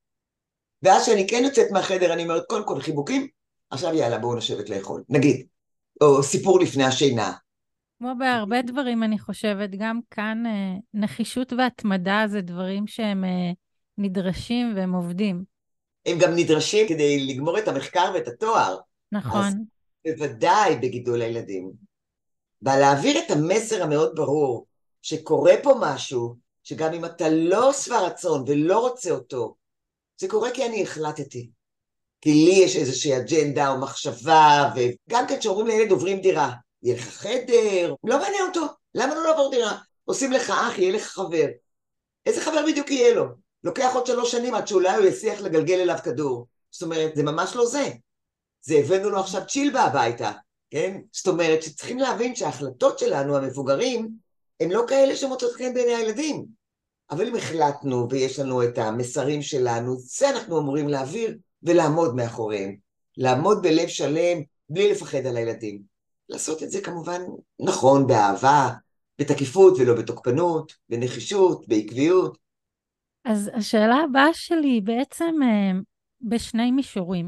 ואז שאני כן יוצאת מהחדר, אני אומרת, קודם כל חיבוקים, עכשיו יאללה, בואו נשבת לאכול, נגיד, או סיפור לפני השינה. כמו בהרבה דברים, אני חושבת, גם כאן אה, נחישות והתמדה זה דברים שהם אה, נדרשים והם עובדים. הם גם נדרשים כדי לגמור את המחקר ואת התואר. נכון. אז בוודאי בגידול הילדים. ולהעביר את המסר המאוד ברור, שקורה פה משהו, שגם אם אתה לא שבע רצון ולא רוצה אותו, זה קורה כי אני החלטתי. כי לי יש איזושהי אג'נדה או מחשבה, וגם כן שאומרים לילד עוברים דירה, יהיה לך חדר, לא מעניין אותו, למה לא לעבור דירה? עושים לך אח, יהיה לך חבר. איזה חבר בדיוק יהיה לו? לוקח עוד שלוש שנים עד שאולי הוא יצליח לגלגל אליו כדור. זאת אומרת, זה ממש לא זה. זה הבאנו לו עכשיו צ'ילבה הביתה, כן? זאת אומרת שצריכים להבין שההחלטות שלנו, המבוגרים, הם לא כאלה שמוצאות חן בעיני הילדים. אבל אם החלטנו ויש לנו את המסרים שלנו, זה אנחנו אמורים להעביר ולעמוד מאחוריהם. לעמוד בלב שלם, בלי לפחד על הילדים. לעשות את זה כמובן נכון, באהבה, בתקיפות ולא בתוקפנות, בנחישות, בעקביות. אז השאלה הבאה שלי היא בעצם אה, בשני מישורים,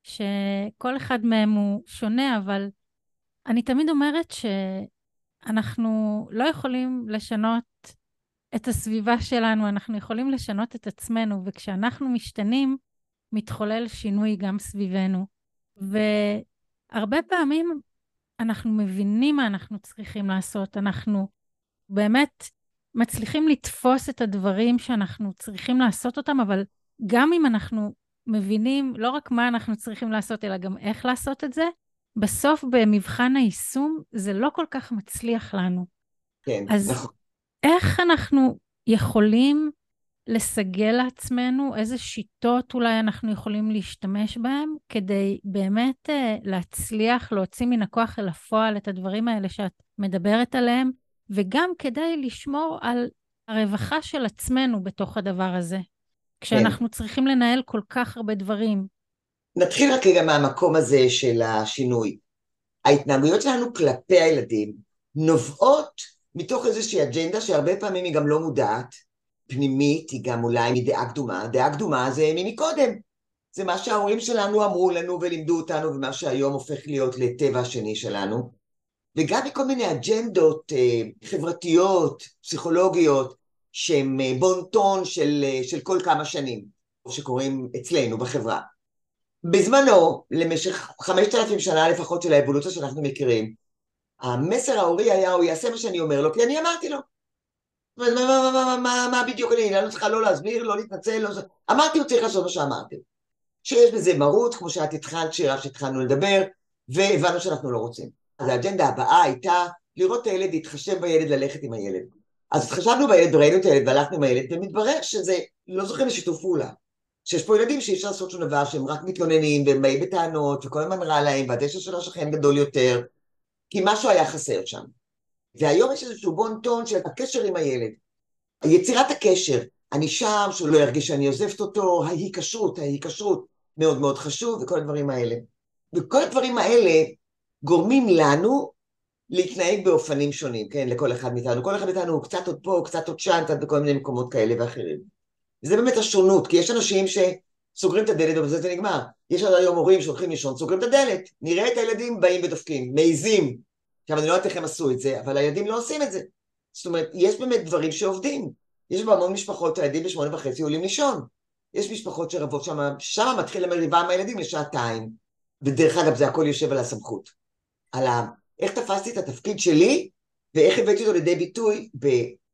שכל אחד מהם הוא שונה, אבל אני תמיד אומרת שאנחנו לא יכולים לשנות את הסביבה שלנו, אנחנו יכולים לשנות את עצמנו, וכשאנחנו משתנים, מתחולל שינוי גם סביבנו. והרבה פעמים אנחנו מבינים מה אנחנו צריכים לעשות, אנחנו באמת מצליחים לתפוס את הדברים שאנחנו צריכים לעשות אותם, אבל גם אם אנחנו מבינים לא רק מה אנחנו צריכים לעשות, אלא גם איך לעשות את זה, בסוף במבחן היישום זה לא כל כך מצליח לנו. כן, אז נכון. איך אנחנו יכולים לסגל לעצמנו, איזה שיטות אולי אנחנו יכולים להשתמש בהם, כדי באמת uh, להצליח, להוציא מן הכוח אל הפועל את הדברים האלה שאת מדברת עליהם, וגם כדי לשמור על הרווחה של עצמנו בתוך הדבר הזה, כשאנחנו כן. צריכים לנהל כל כך הרבה דברים. נתחיל רק רגע מהמקום הזה של השינוי. ההתנהגויות שלנו כלפי הילדים נובעות מתוך איזושהי אג'נדה שהרבה פעמים היא גם לא מודעת, פנימית, היא גם אולי מדעה קדומה. דעה קדומה זה ממקודם. זה מה שההורים שלנו אמרו לנו ולימדו אותנו, ומה שהיום הופך להיות לטבע השני שלנו. וגם מכל מיני אג'נדות אה, חברתיות, פסיכולוגיות, שהן אה, בונטון של, אה, של כל כמה שנים, שקורים אצלנו בחברה. בזמנו, למשך חמשת אלפים שנה לפחות של האבולוציה שאנחנו מכירים, המסר ההורי היה, הוא יעשה מה שאני אומר לו, כי אני אמרתי לו. מה, מה, מה, מה, מה, מה בדיוק אני, אני לא צריכה לא להסביר, לא להתנצל, לא... אמרתי, הוא צריך לעשות מה שאמרתי. שיש בזה מרות, כמו שאת התחלת, שרב שהתחלנו לדבר, והבנו שאנחנו לא רוצים. אז האג'נדה הבאה הייתה לראות את הילד, להתחשב בילד, ללכת עם הילד. אז התחשבנו בילד וראינו את הילד והלכנו עם הילד, ומתברר שזה לא זוכים לשיתוף פעולה. שיש פה ילדים שאי אפשר לעשות שום דבר, שהם רק מתלוננים, והם באים בטענות, וכל הזמן רע להם, והדשא של השכן גדול יותר, כי משהו היה חסר שם. והיום יש איזשהו בון-טון של הקשר עם הילד. יצירת הקשר, אני שם, שהוא לא ירגיש שאני עוזבת אותו, ההיקשרות, ההיקשרות, מאוד מאוד חשוב, וכל הדברים האלה. וכל הדברים האלה גורמים לנו להתנהג באופנים שונים, כן, לכל אחד מאיתנו. כל אחד מאיתנו הוא קצת עוד פה, הוא קצת עוד שם, קצת בכל מיני מקומות כאלה ואחרים. וזה באמת השונות, כי יש אנשים שסוגרים את הדלת ובזה זה נגמר. יש עד היום הורים שהולכים לישון, סוגרים את הדלת. נראה את הילדים באים ודופקים, מעיזים. עכשיו, אני לא יודעת איך הם עשו את זה, אבל הילדים לא עושים את זה. זאת אומרת, יש באמת דברים שעובדים. יש בהמון משפחות, הילדים בשמונה וחצי עולים לישון. יש משפחות שרבות שם, שם מתחיל המריבה עם הילדים לשעתיים. ודרך אגב, זה הכל יושב על הסמכות. על ה... איך תפסתי את התפקיד שלי, ואיך הבאתי אותו לידי ביטוי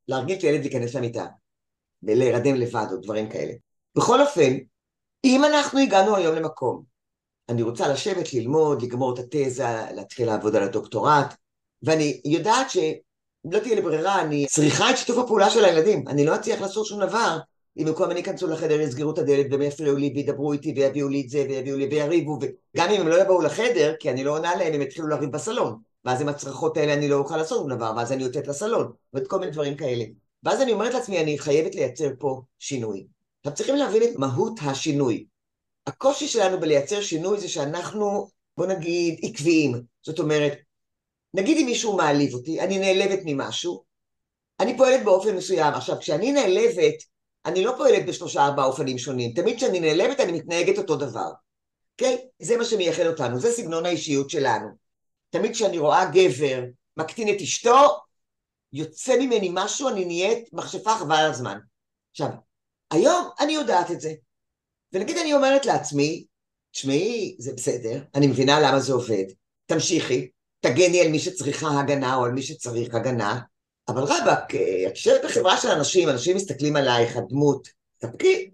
להרגיל את הילד להיכנס למיטה, ולהירדם לבד או דברים כאלה. בכל אופן, אם אנחנו הגענו היום למקום, אני רוצה לשבת, ללמוד, לגמור את התזה, להתחיל לעבוד על הדוקטורט, ואני יודעת שלא תהיה לי ברירה, אני צריכה את שיתוף הפעולה של הילדים, אני לא אצליח לעשות שום דבר, אם במקום אני אכנסו לחדר, יסגרו את הדלת, והם יפריעו לי, וידברו איתי, ויביאו לי את זה, ויביאו לי, ויריבו, וגם אם הם לא יבואו לחדר, כי אני לא עונה להם, הם יתחילו לריב בסלון, ואז עם הצרחות האלה אני לא אוכל לעשות שום דבר, ואז אני יוצאת לסלון, ואת כל מיני דברים כאלה. ואז אני אומרת לעצמי, אני חייבת לייצר פה שינוי. עכשיו צריכים להבין את מהות השינוי. הקושי שלנו בלייצר שינוי זה שאנחנו, בוא נגיד, עקביים. זאת אומרת, נגיד אם מישהו מעליב אותי, אני נעלבת ממשהו, אני פועלת באופן מסוים. עכשיו, כשאני נעלבת, אני לא פועלת בשלושה ארבעה אופנים שונים. תמיד כשאני נעלבת, אני מתנהגת אותו דבר. אוקיי? זה מה שמייחד אותנו, זה סגנון האישיות שלנו. תמיד כשאני רואה גבר מקטין את אשתו, יוצא ממני משהו, אני נהיית מכשפה חבל על הזמן. עכשיו, היום אני יודעת את זה. ונגיד אני אומרת לעצמי, תשמעי, זה בסדר, אני מבינה למה זה עובד, תמשיכי, תגני על מי שצריכה הגנה או על מי שצריך הגנה, אבל רבק, את יושבת בחברה של אנשים, אנשים מסתכלים עלייך, הדמות, תפקי.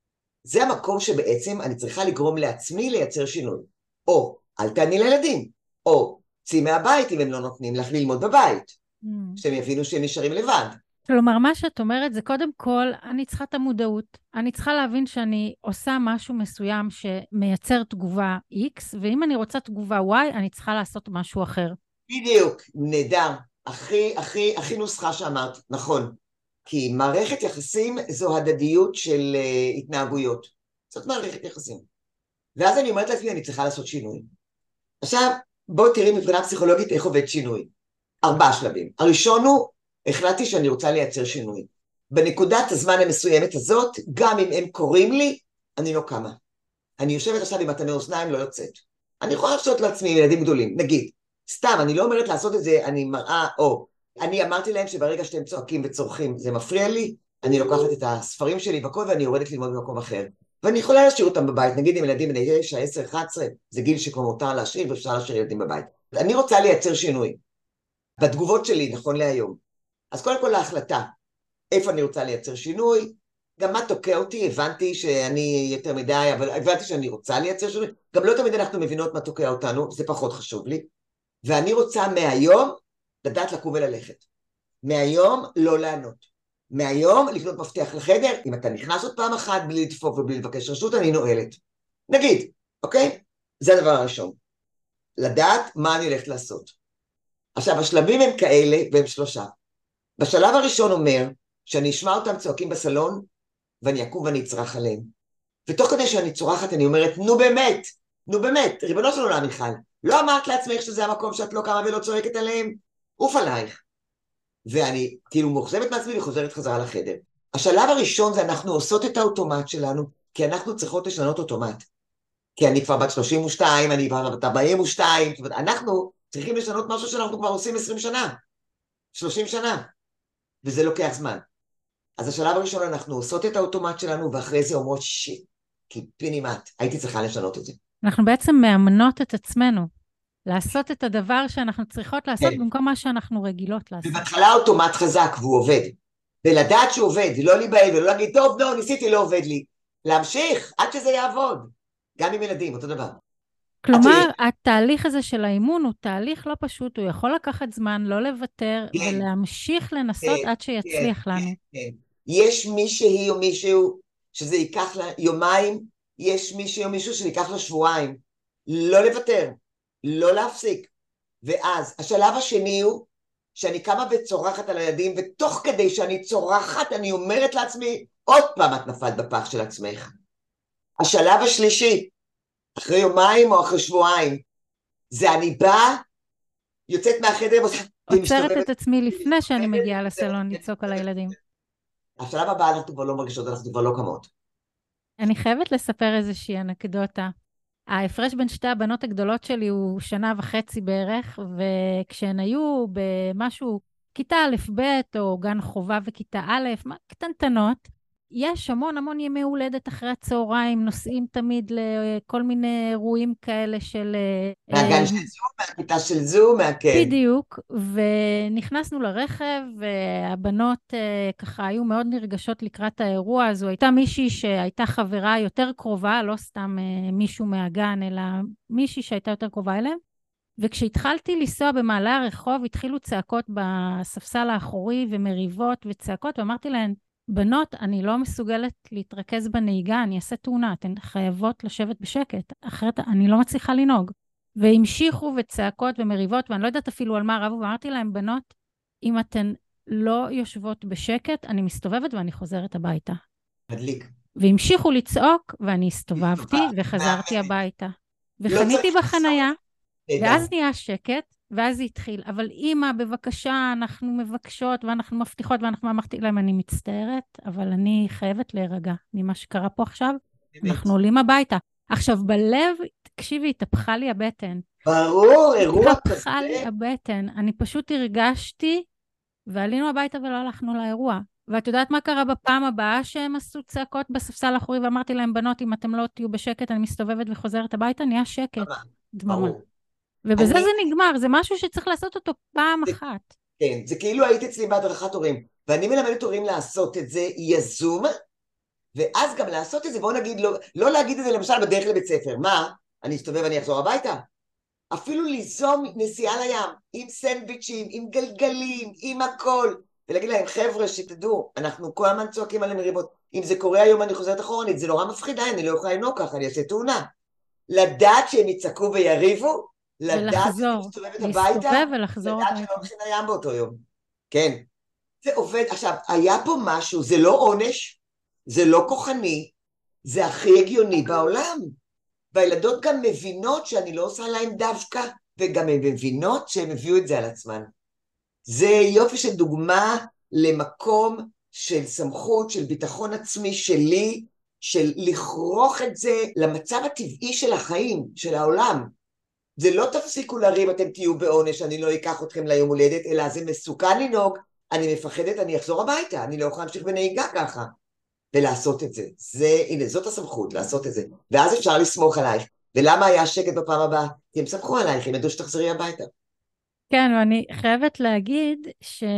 זה המקום שבעצם אני צריכה לגרום לעצמי לייצר שינוי. או, אל תעני לילדים, או, צאי מהבית אם הם לא נותנים לך ללמוד בבית, mm. שהם יבינו שהם נשארים לבד. כלומר, מה שאת אומרת זה קודם כל, אני צריכה את המודעות. אני צריכה להבין שאני עושה משהו מסוים שמייצר תגובה X, ואם אני רוצה תגובה Y, אני צריכה לעשות משהו אחר. בדיוק, נהדר. הכי, הכי, הכי נוסחה שאמרת, נכון. כי מערכת יחסים זו הדדיות של uh, התנהגויות. זאת מערכת יחסים. ואז אני אומרת לעצמי, אני צריכה לעשות שינוי. עכשיו, בואו תראי מבחינה פסיכולוגית איך עובד שינוי. ארבעה שלבים. הראשון הוא, החלטתי שאני רוצה לייצר שינוי. בנקודת הזמן המסוימת הזאת, גם אם הם קוראים לי, אני לא קמה. אני יושבת עכשיו עם מטעני אוזניים, לא יוצאת. אני יכולה לעשות לעצמי ילדים גדולים, נגיד. סתם, אני לא אומרת לעשות את זה, אני מראה, או, אני אמרתי להם שברגע שאתם צועקים וצורכים, זה מפריע לי, אני לוקחת את הספרים שלי וכל, ואני יורדת ללמוד במקום אחר. ואני יכולה להשאיר אותם בבית, נגיד עם ילדים בני תשע, עשר, אחת עשרה, זה גיל שכבר מותר להשאיר, ואפשר להשאיר ילדים בבית. אני רוצה לייצר שינוי. בתגובות שלי, נכון להיום. אז קודם כל להחלטה, איפה אני רוצה לייצר שינוי, גם מה תוקע אותי, הבנתי שאני יותר מדי, אבל הבנתי שאני רוצה לייצר שינוי, גם לא תמיד אנחנו מבינות מה תוקע אותנו, זה פחות חשוב לי, ואני רוצה מהיום לדעת לקום וללכת, מהיום לא לענות, מהיום לקנות מפתח לחדר, אם אתה נכנס עוד פעם אחת בלי לדפוק ובלי לבקש רשות, אני נועלת, נגיד, אוקיי? זה הדבר הראשון, לדעת מה אני הולכת לעשות. עכשיו, השלבים הם כאלה, והם שלושה. בשלב הראשון אומר, שאני אשמע אותם צועקים בסלון, ואני אקום ואני אצרח עליהם. ותוך כדי שאני צורחת, אני אומרת, נו באמת, נו באמת, ריבונו של עולם מיכל, לא אמרת לעצמך שזה המקום שאת לא קמה ולא צועקת עליהם, עוף עלייך. ואני כאילו מוחזבת מעצמי וחוזרת חזרה לחדר. השלב הראשון זה אנחנו עושות את האוטומט שלנו, כי אנחנו צריכות לשנות אוטומט. כי אני כבר בת שלושים ושתיים, אני כבר בת ארבעים ושתיים, אנחנו צריכים לשנות משהו שאנחנו כבר עושים עשרים שנה, שלושים שנה. וזה לוקח זמן. אז השלב הראשון אנחנו עושות את האוטומט שלנו, ואחרי זה אומרות שיט, כי פינימט, הייתי צריכה לשנות את זה. אנחנו בעצם מאמנות את עצמנו, לעשות את הדבר שאנחנו צריכות לעשות, כן. במקום מה שאנחנו רגילות לעשות. ובהתחלה האוטומט חזק, והוא עובד. ולדעת שהוא עובד, לא להיבהל, ולא להגיד, טוב, לא, ניסיתי, לא עובד לי. להמשיך, עד שזה יעבוד. גם עם ילדים, אותו דבר. כלומר, התהליך הזה של האימון הוא תהליך לא פשוט, הוא יכול לקחת זמן, לא לוותר, כן. ולהמשיך לנסות כן, עד שיצליח כן, לנו. כן, כן. יש מישהי או מישהו שזה ייקח לה יומיים, יש מישהי או מישהו שזה ייקח לה שבועיים. לא לוותר, לא להפסיק. ואז, השלב השני הוא, שאני קמה וצורחת על הילדים, ותוך כדי שאני צורחת, אני אומרת לעצמי, עוד פעם את נפלת בפח של עצמך. השלב השלישי, אחרי יומיים או אחרי שבועיים, זה אני באה, יוצאת מהחדר, עוצרת את עצמי לפני שאני מגיעה לסלון לצעוק על הילדים. השלב הבא אנחנו כבר לא מרגישות, אנחנו כבר לא קמות. אני חייבת לספר איזושהי אנקדוטה. ההפרש בין שתי הבנות הגדולות שלי הוא שנה וחצי בערך, וכשהן היו במשהו, כיתה א' ב' או גן חובה וכיתה א', קטנטנות, יש המון המון ימי הולדת אחרי הצהריים, נוסעים תמיד לכל מיני אירועים כאלה של... מהגן של זו, מהכיתה של זו, מהכן. בדיוק, ונכנסנו לרכב, והבנות ככה היו מאוד נרגשות לקראת האירוע, הזו הייתה מישהי שהייתה חברה יותר קרובה, לא סתם מישהו מהגן, אלא מישהי שהייתה יותר קרובה אליהם, וכשהתחלתי לנסוע במעלה הרחוב, התחילו צעקות בספסל האחורי, ומריבות וצעקות, ואמרתי להן, בנות, אני לא מסוגלת להתרכז בנהיגה, אני אעשה תאונה, אתן חייבות לשבת בשקט, אחרת אני לא מצליחה לנהוג. והמשיכו וצעקות ומריבות, ואני לא יודעת אפילו על מה רבו, ואמרתי להם, בנות, אם אתן לא יושבות בשקט, אני מסתובבת ואני חוזרת הביתה. מדליק. והמשיכו לצעוק, ואני הסתובבתי וחזרתי הביתה. וחניתי בחנייה, ואז נהיה שקט, ואז זה התחיל. אבל אמא, בבקשה, אנחנו מבקשות, ואנחנו מבטיחות, ואנחנו אמרתי להם, אני מצטערת, אבל אני חייבת להירגע ממה שקרה פה עכשיו. אנחנו עולים הביתה. עכשיו, בלב, תקשיבי, התהפכה לי הבטן. ברור, אירוע כזה. התהפכה לי הבטן. אני פשוט הרגשתי, ועלינו הביתה ולא הלכנו לאירוע. ואת יודעת מה קרה בפעם הבאה שהם עשו צעקות בספסל האחורי, ואמרתי להם, בנות, אם אתם לא תהיו בשקט, אני מסתובבת וחוזרת הביתה, נהיה שקט. דממה. ובזה זה נגמר, זה משהו שצריך לעשות אותו פעם אחת. כן, זה כאילו היית אצלי בהדרכת הורים, ואני מלמדת הורים לעשות את זה יזום, ואז גם לעשות את זה, בואו נגיד, לא, לא להגיד את זה למשל בדרך לבית ספר, מה? אני אסתובב ואני אחזור הביתה? אפילו ליזום נסיעה לים, עם סנדוויצ'ים, עם גלגלים, עם הכל, ולהגיד להם, חבר'ה, שתדעו, אנחנו כל הזמן צועקים עליהם מריבות, אם זה קורה היום אני חוזרת אחורנית, זה נורא מפחיד, אני לא יכולה לנהוג ככה, אני אעשה תאונה. לדעת שהם יצעקו ויריבו, לדעת שאני מסתובבת הביתה, לדעת שלא הולכים לים באותו יום. כן, זה עובד. עכשיו, היה פה משהו, זה לא עונש, זה לא כוחני, זה הכי הגיוני בעולם. והילדות גם מבינות שאני לא עושה להם דווקא, וגם הן מבינות שהן הביאו את זה על עצמן. זה יופי של דוגמה למקום של סמכות, של ביטחון עצמי שלי, של לכרוך את זה למצב הטבעי של החיים, של העולם. זה לא תפסיקו לריב, אתם תהיו בעונש, אני לא אקח אתכם ליום הולדת, אלא זה מסוכן לנהוג, אני מפחדת, אני אחזור הביתה, אני לא יכולה להמשיך בנהיגה ככה. ולעשות את זה. זה, הנה, זאת הסמכות, לעשות את זה. ואז אפשר לסמוך עלייך. ולמה היה שקט בפעם הבאה? כי הם סמכו עלייך, הם ידעו שתחזרי הביתה. כן, ואני חייבת להגיד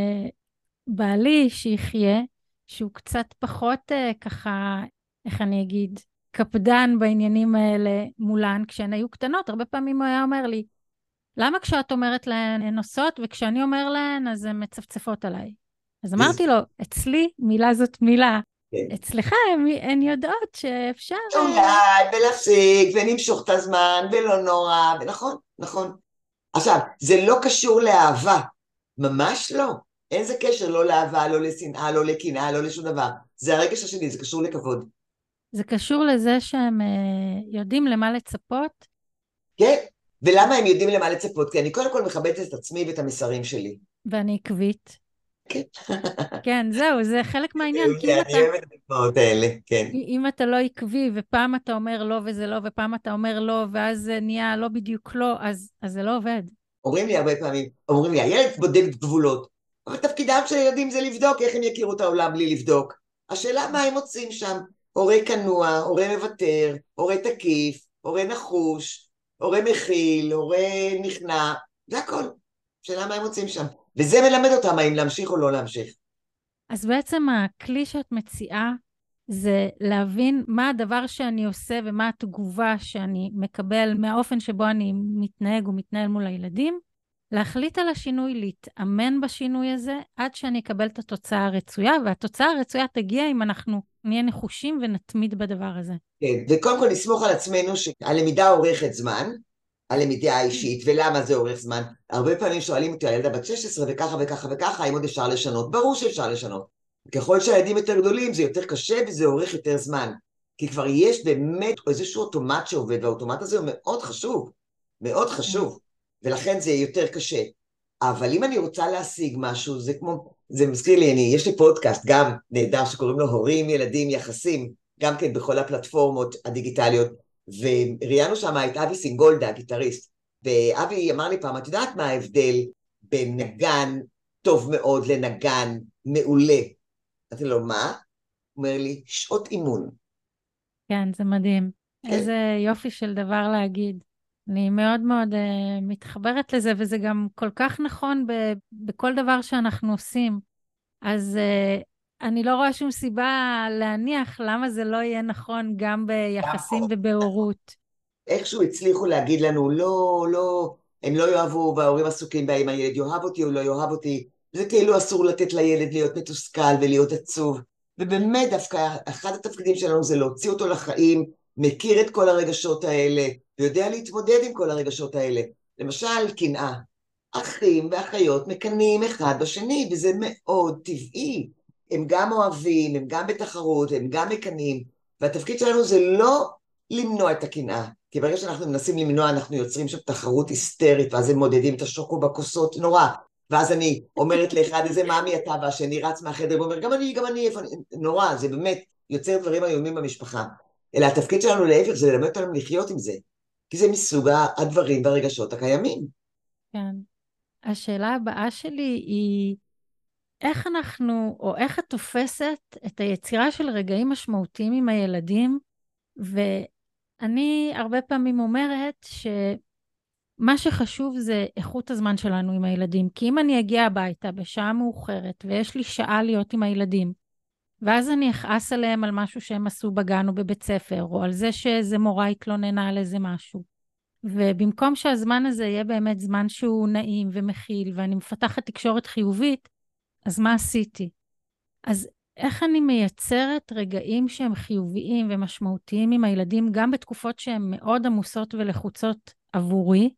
שבעלי שיחיה, שהוא קצת פחות ככה, איך אני אגיד, קפדן בעניינים האלה מולן, כשהן היו קטנות, הרבה פעמים הוא היה אומר לי, למה כשאת אומרת להן הן עושות, וכשאני אומר להן, אז הן מצפצפות עליי. אז אמרתי לו, אצלי מילה זאת מילה, אצלך הן יודעות שאפשר... אולי, ולהפסיק, ונמשוך את הזמן, ולא נורא, ונכון, נכון. עכשיו, זה לא קשור לאהבה, ממש לא. אין זה קשר לא לאהבה, לא לשנאה, לא לקנאה, לא לשום דבר. זה הרגש השני, זה קשור לכבוד. זה קשור לזה שהם יודעים למה לצפות? כן, ולמה הם יודעים למה לצפות? כי אני קודם כל מכבדת את עצמי ואת המסרים שלי. ואני עקבית. כן. כן, זהו, זה חלק מהעניין. אני אוהבת את הדברים האלה, כן. אם אתה לא עקבי, ופעם אתה אומר לא וזה לא, ופעם אתה אומר לא, ואז זה נהיה לא בדיוק לא, אז זה לא עובד. אומרים לי הרבה פעמים, אומרים לי, הילד בודק גבולות, אבל תפקידם של ילדים זה לבדוק, איך הם יכירו את העולם בלי לבדוק. השאלה מה הם מוצאים שם, הורה כנוע, הורה מוותר, הורה תקיף, הורה נחוש, הורה מכיל, הורה נכנע, זה הכל. שאלה מה הם מוצאים שם. וזה מלמד אותם האם להמשיך או לא להמשיך. אז בעצם הכלי שאת מציעה זה להבין מה הדבר שאני עושה ומה התגובה שאני מקבל מהאופן שבו אני מתנהג ומתנהל מול הילדים, להחליט על השינוי, להתאמן בשינוי הזה עד שאני אקבל את התוצאה הרצויה, והתוצאה הרצויה תגיע אם אנחנו נהיה נחושים ונתמיד בדבר הזה. כן, וקודם כל נסמוך על עצמנו שהלמידה אורכת זמן, הלמידה האישית, ולמה זה אורך זמן. הרבה פעמים שואלים אותי, הילדה בת שש עשרה וככה וככה וככה, האם עוד אפשר לשנות? ברור שאפשר לשנות. ככל שהילדים יותר גדולים זה יותר קשה וזה אורך יותר זמן. כי כבר יש באמת איזשהו אוטומט שעובד, והאוטומט הזה הוא מאוד חשוב, מאוד חשוב, ולכן זה יותר קשה. אבל אם אני רוצה להשיג משהו, זה כמו, זה מזכיר לי, אני, יש לי פודקאסט גם נהדר שקוראים לו הורים, ילדים, יחסים, גם כן בכל הפלטפורמות הדיגיטליות, וראיינו שם את אבי סינגולדה, הגיטריסט, ואבי אמר לי פעם, את יודעת מה ההבדל בין נגן טוב מאוד לנגן מעולה? אמרתי לו, מה? אומר לי, שעות אימון. כן, זה מדהים. כן. איזה יופי של דבר להגיד. אני מאוד מאוד uh, מתחברת לזה, וזה גם כל כך נכון ב- בכל דבר שאנחנו עושים. אז uh, אני לא רואה שום סיבה להניח למה זה לא יהיה נכון גם ביחסים ובהורות. איכשהו הצליחו להגיד לנו, לא, לא, הם לא יאהבו, וההורים עסוקים בה אם הילד יאהב אותי או לא יאהב אותי. זה כאילו אסור לתת לילד להיות מתוסכל ולהיות עצוב. ובאמת דווקא אחד התפקידים שלנו זה להוציא אותו לחיים, מכיר את כל הרגשות האלה, ויודע להתמודד עם כל הרגשות האלה. למשל, קנאה. אחים ואחיות מקנאים אחד בשני, וזה מאוד טבעי. הם גם אוהבים, הם גם בתחרות, הם גם מקנאים, והתפקיד שלנו זה לא למנוע את הקנאה, כי ברגע שאנחנו מנסים למנוע, אנחנו יוצרים שם תחרות היסטרית, ואז הם מודדים את השוקו בכוסות, נורא. ואז אני אומרת לאחד, איזה מאמי אתה, והשני רץ מהחדר, ואומר, גם אני, גם אני, איפה אני, נורא, זה באמת יוצר דברים איומים במשפחה. אלא התפקיד שלנו להפך, זה ללמד אותנו לחיות עם זה, כי זה מסוג הדברים והרגשות הקיימים. כן. השאלה הבאה שלי היא, איך אנחנו, או איך את תופסת את היצירה של רגעים משמעותיים עם הילדים, ואני הרבה פעמים אומרת שמה שחשוב זה איכות הזמן שלנו עם הילדים, כי אם אני אגיע הביתה בשעה מאוחרת, ויש לי שעה להיות עם הילדים, ואז אני אכעס עליהם על משהו שהם עשו בגן או בבית ספר, או על זה שאיזה מורה התלוננה על איזה משהו. ובמקום שהזמן הזה יהיה באמת זמן שהוא נעים ומכיל, ואני מפתחת תקשורת חיובית, אז מה עשיתי? אז איך אני מייצרת רגעים שהם חיוביים ומשמעותיים עם הילדים, גם בתקופות שהן מאוד עמוסות ולחוצות עבורי?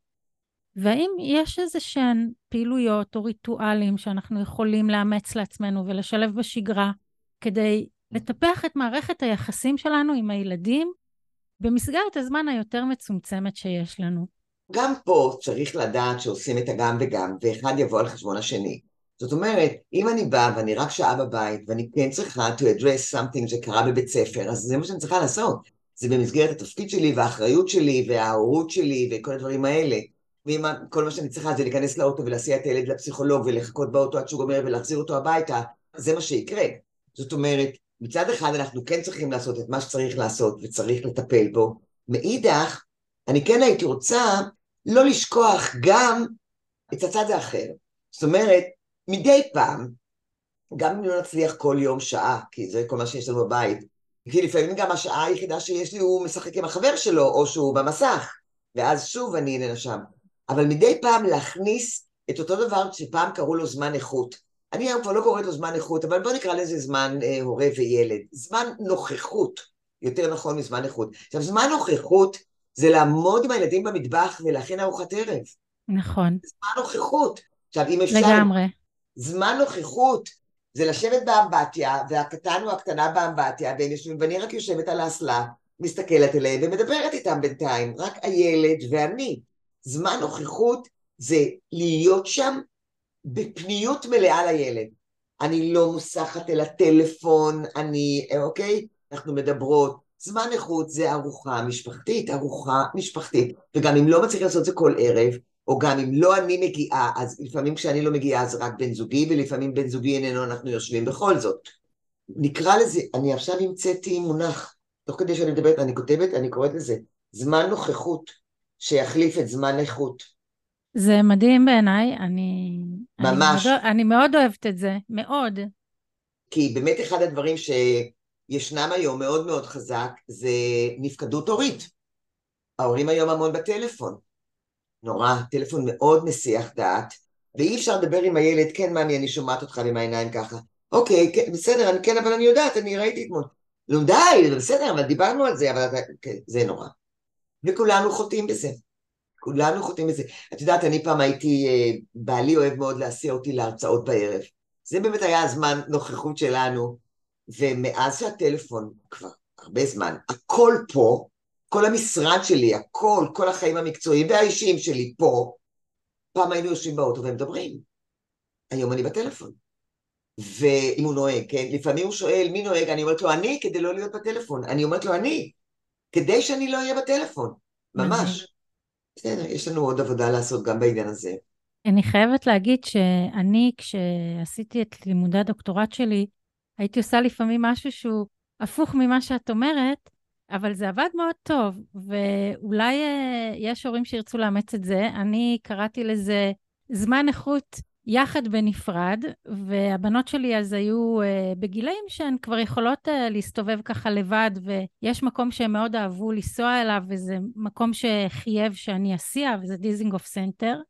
והאם יש איזה שהן פעילויות או ריטואלים שאנחנו יכולים לאמץ לעצמנו ולשלב בשגרה, כדי לטפח את מערכת היחסים שלנו עם הילדים, במסגרת הזמן היותר מצומצמת שיש לנו? גם פה צריך לדעת שעושים את הגם וגם, ואחד יבוא על חשבון השני. זאת אומרת, אם אני באה ואני רק שעה בבית, ואני כן צריכה to address something שקרה בבית ספר, אז זה מה שאני צריכה לעשות. זה במסגרת התפקיד שלי והאחריות שלי וההורות שלי וכל הדברים האלה. ואם כל מה שאני צריכה זה להיכנס לאוטו ולהסיע את הילד לפסיכולוג ולחכות באוטו עד שהוא גומר ולהחזיר אותו הביתה, זה מה שיקרה. זאת אומרת, מצד אחד אנחנו כן צריכים לעשות את מה שצריך לעשות וצריך לטפל בו. מאידך, אני כן הייתי רוצה לא לשכוח גם את הצד האחר. זאת אומרת, מדי פעם, גם אם לא נצליח כל יום שעה, כי זה כל מה שיש לנו בבית, כי לפעמים גם השעה היחידה שיש לי הוא משחק עם החבר שלו, או שהוא במסך, ואז שוב אני איננה שם. אבל מדי פעם להכניס את אותו דבר שפעם קראו לו זמן איכות. אני היום כבר לא קוראת לו זמן איכות, אבל בוא נקרא לזה זמן אה, הורה וילד. זמן נוכחות, יותר נכון מזמן איכות. עכשיו, זמן נוכחות זה לעמוד עם הילדים במטבח ולהכין ארוחת ערב. נכון. זמן נוכחות. עכשיו, אם אפשר... לגמרי. זמן נוכחות זה לשבת באמבטיה, והקטן או הקטנה באמבטיה, והם יושבים, ואני רק יושבת על האסלה, מסתכלת אליהם ומדברת איתם בינתיים, רק הילד ואני. זמן נוכחות זה להיות שם בפניות מלאה לילד. אני לא מוסחת אל הטלפון, אני, אוקיי? אנחנו מדברות. זמן איכות זה ארוחה משפחתית, ארוחה משפחתית. וגם אם לא מצליח לעשות זה כל ערב, או גם אם לא אני מגיעה, אז לפעמים כשאני לא מגיעה אז רק בן זוגי, ולפעמים בן זוגי איננו, אנחנו יושבים בכל זאת. נקרא לזה, אני עכשיו המצאתי מונח, תוך כדי שאני מדברת, אני כותבת, אני קוראת לזה, זמן נוכחות, שיחליף את זמן איכות. זה מדהים בעיניי, אני, ממש. אני, מאוד, אני מאוד אוהבת את זה, מאוד. כי באמת אחד הדברים שישנם היום מאוד מאוד חזק, זה נפקדות הורית. ההורים היום המון בטלפון. נורא, טלפון מאוד מסיח דעת, ואי אפשר לדבר עם הילד, כן מאמי, אני שומעת אותך עם העיניים ככה. אוקיי, כן, בסדר, אני כן, אבל אני יודעת, אני ראיתי אתמול. לא, די, בסדר, אבל דיברנו על זה, אבל כן, זה נורא. וכולנו חוטאים בזה. כולנו חוטאים בזה. את יודעת, אני פעם הייתי, בעלי אוהב מאוד להסיע אותי להרצאות בערב. זה באמת היה הזמן נוכחות שלנו, ומאז שהטלפון כבר הרבה זמן, הכל פה, כל המשרד שלי, הכל, כל החיים המקצועיים והאישיים שלי פה, פעם היינו יושבים באוטו והם מדברים. היום אני בטלפון. ואם הוא נוהג, כן? לפעמים הוא שואל מי נוהג, אני אומרת לו אני, כדי לא להיות בטלפון. אני אומרת לו אני, כדי שאני לא אהיה בטלפון. ממש. בסדר, יש לנו עוד עבודה לעשות גם בעניין הזה. אני חייבת להגיד שאני, כשעשיתי את לימודי הדוקטורט שלי, הייתי עושה לפעמים משהו שהוא הפוך ממה שאת אומרת, אבל זה עבד מאוד טוב, ואולי אה, יש הורים שירצו לאמץ את זה. אני קראתי לזה זמן איכות יחד בנפרד, והבנות שלי אז היו אה, בגילאים שהן כבר יכולות אה, להסתובב ככה לבד, ויש מקום שהם מאוד אהבו לנסוע אליו, וזה מקום שחייב שאני אסיע, וזה דיזינגוף סנטר.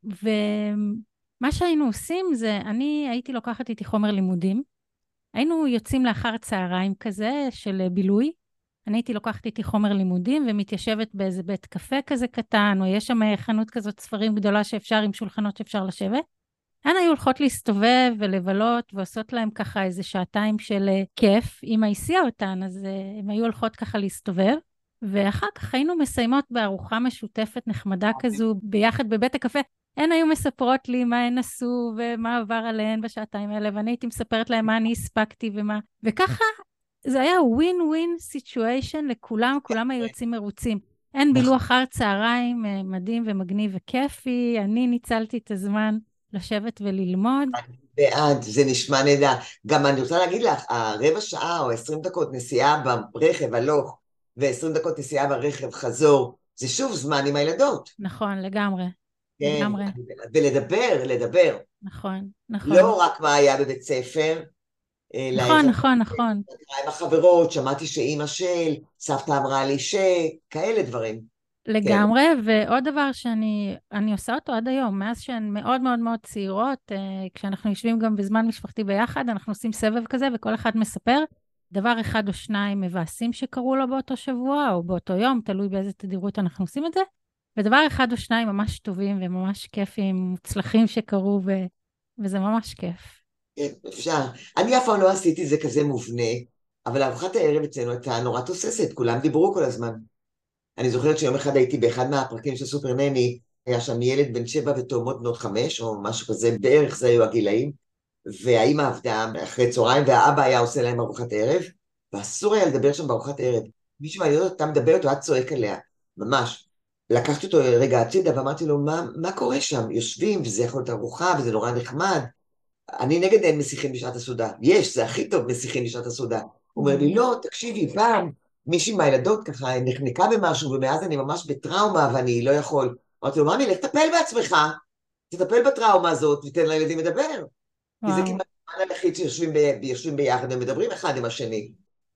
ומה שהיינו עושים זה, אני הייתי לוקחת איתי חומר לימודים, היינו יוצאים לאחר צהריים כזה של בילוי, אני הייתי לוקחת איתי חומר לימודים ומתיישבת באיזה בית קפה כזה קטן, או יש שם חנות כזאת ספרים גדולה שאפשר, עם שולחנות שאפשר לשבת. הן היו הולכות להסתובב ולבלות, ועושות להם ככה איזה שעתיים של כיף. אמא הסיעה אותן, אז הן היו הולכות ככה להסתובב, ואחר כך היינו מסיימות בארוחה משותפת נחמדה כזו, ביחד בבית הקפה. הן היו מספרות לי מה הן עשו, ומה עבר עליהן בשעתיים האלה, ואני הייתי מספרת להם מה אני הספקתי ומה, וככה זה היה ווין ווין סיטואשן לכולם, כולם היו יוצאים מרוצים. הן בילו אחר צהריים מדהים ומגניב וכיפי, אני ניצלתי את הזמן לשבת וללמוד. בעד, זה נשמע נהדר. גם אני רוצה להגיד לך, הרבע שעה או עשרים דקות נסיעה ברכב הלוך, ועשרים דקות נסיעה ברכב חזור, זה שוב זמן עם הילדות. נכון, לגמרי. כן, לגמרי. ולדבר, לדבר. נכון, נכון. לא רק מה היה בבית ספר, נכון, נכון, נכון. עם החברות, שמעתי שאימא של, סבתא אמרה לי ש... כאלה דברים. לגמרי, ועוד דבר שאני אני עושה אותו עד היום, מאז שהן מאוד מאוד מאוד צעירות, כשאנחנו יושבים גם בזמן משפחתי ביחד, אנחנו עושים סבב כזה, וכל אחד מספר דבר אחד או שניים מבאסים שקרו לו באותו שבוע, או באותו יום, תלוי באיזה תדירות אנחנו עושים את זה, ודבר אחד או שניים ממש טובים וממש כיפים, מוצלחים שקרו, ו... וזה ממש כיף. כן, אפשר. אני אף פעם לא עשיתי זה כזה מובנה, אבל ארוחת הערב אצלנו הייתה נורא תוססת, כולם דיברו כל הזמן. אני זוכרת שיום אחד הייתי באחד מהפרקים של סופר נני, היה שם ילד בן שבע ותאומות בנות חמש, או משהו כזה, בערך זה היו הגילאים, והאמא עבדה אחרי צהריים, והאבא היה עושה להם ארוחת ערב, ואסור היה לדבר שם בארוחת ערב. מישהו מעניין אותה מדברת, הוא היה צועק עליה, ממש. לקחתי אותו רגע הצידה, ואמרתי לו, מה, מה קורה שם? יושבים, וזה יכול להיות ארוחה, וזה נורא נחמד. אני נגד אין מסיכים בשעת הסעודה. יש, זה הכי טוב מסיכים בשעת הסעודה. הוא אומר לי, לא, תקשיבי, פעם, מישהי מהילדות ככה נחנקה במשהו, ומאז אני ממש בטראומה, ואני לא יכול. אמרתי לו, ממי, לך תטפל בעצמך, תטפל בטראומה הזאת, ותן לילדים לדבר. כי זה כמעט הזמן היחיד שיושבים ב- יושבים ביחד, הם מדברים אחד עם השני.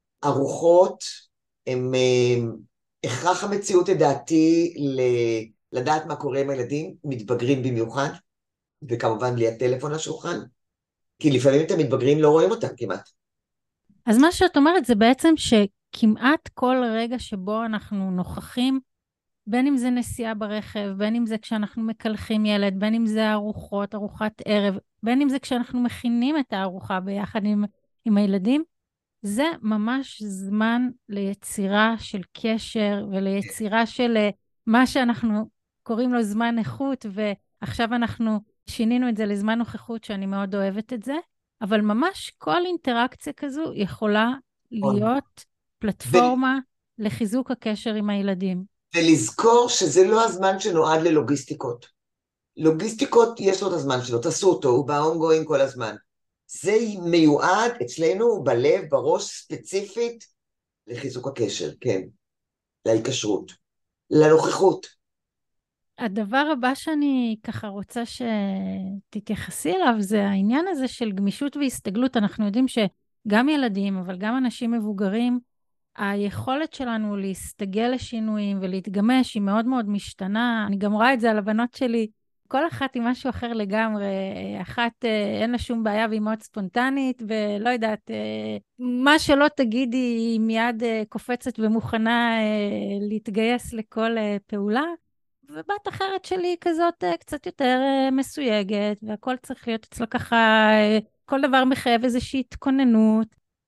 ארוחות הם הכרח המציאות, לדעתי, ל- לדעת מה קורה עם הילדים, מתבגרים במיוחד, וכמובן בלי הטלפון לשולחן, כי לפעמים את המתבגרים לא רואים אותם כמעט. אז מה שאת אומרת זה בעצם שכמעט כל רגע שבו אנחנו נוכחים, בין אם זה נסיעה ברכב, בין אם זה כשאנחנו מקלחים ילד, בין אם זה ארוחות, ארוחת ערב, בין אם זה כשאנחנו מכינים את הארוחה ביחד עם, עם הילדים, זה ממש זמן ליצירה של קשר וליצירה של מה שאנחנו קוראים לו זמן איכות, ועכשיו אנחנו שינינו את זה לזמן נוכחות שאני מאוד אוהבת את זה, אבל ממש כל אינטראקציה כזו יכולה להיות פלטפורמה ו... לחיזוק הקשר עם הילדים. ולזכור שזה לא הזמן שנועד ללוגיסטיקות. לוגיסטיקות יש לו את הזמן שלו, תעשו אותו, הוא ב-ongoing כל הזמן. זה מיועד אצלנו בלב, בראש ספציפית, לחיזוק הקשר, כן. להיקשרות, לנוכחות. הדבר הבא שאני ככה רוצה שתתייחסי אליו, זה העניין הזה של גמישות והסתגלות. אנחנו יודעים שגם ילדים, אבל גם אנשים מבוגרים, היכולת שלנו להסתגל לשינויים ולהתגמש היא מאוד מאוד משתנה. אני גם רואה את זה על הבנות שלי, כל אחת עם משהו אחר לגמרי. אחת אין לה שום בעיה והיא מאוד ספונטנית, ולא יודעת, מה שלא תגידי היא מיד קופצת ומוכנה להתגייס לכל פעולה. ובת אחרת שלי כזאת קצת יותר מסויגת, והכל צריך להיות אצלה ככה, כל דבר מחייב איזושהי התכוננות.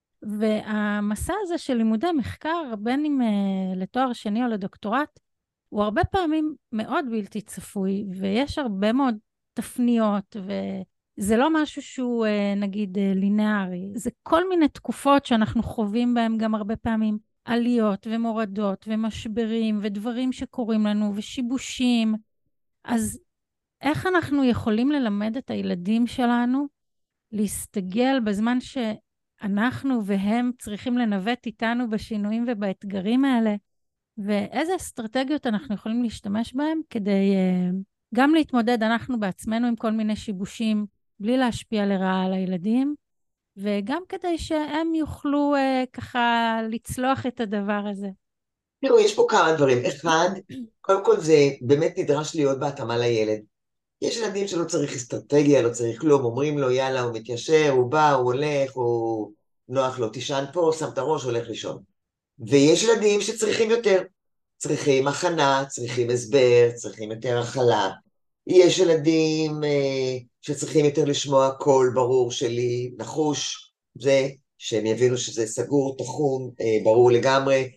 והמסע הזה של לימודי מחקר, בין אם לתואר שני או לדוקטורט, הוא הרבה פעמים מאוד בלתי צפוי, ויש הרבה מאוד תפניות, וזה לא משהו שהוא נגיד לינארי. זה כל מיני תקופות שאנחנו חווים בהם גם הרבה פעמים, עליות ומורדות ומשברים ודברים שקורים לנו ושיבושים. אז איך אנחנו יכולים ללמד את הילדים שלנו להסתגל בזמן ש... אנחנו והם צריכים לנווט איתנו בשינויים ובאתגרים האלה, ואיזה אסטרטגיות אנחנו יכולים להשתמש בהם כדי uh, גם להתמודד אנחנו בעצמנו עם כל מיני שיבושים, בלי להשפיע לרעה על הילדים, וגם כדי שהם יוכלו uh, ככה לצלוח את הדבר הזה. תראו, יש פה כמה דברים. אחד, קודם כל זה באמת נדרש להיות בהתאמה לילד. יש ילדים שלא צריך אסטרטגיה, לא צריך כלום, אומרים לו יאללה, הוא מתיישר, הוא בא, הוא הולך, הוא נוח לו, תישן פה, שם את הראש, הולך לישון. ויש ילדים שצריכים יותר, צריכים הכנה, צריכים הסבר, צריכים יותר הכלה. יש ילדים אה, שצריכים יותר לשמוע קול ברור שלי, נחוש, זה שהם יבינו שזה סגור, תחום, אה, ברור לגמרי,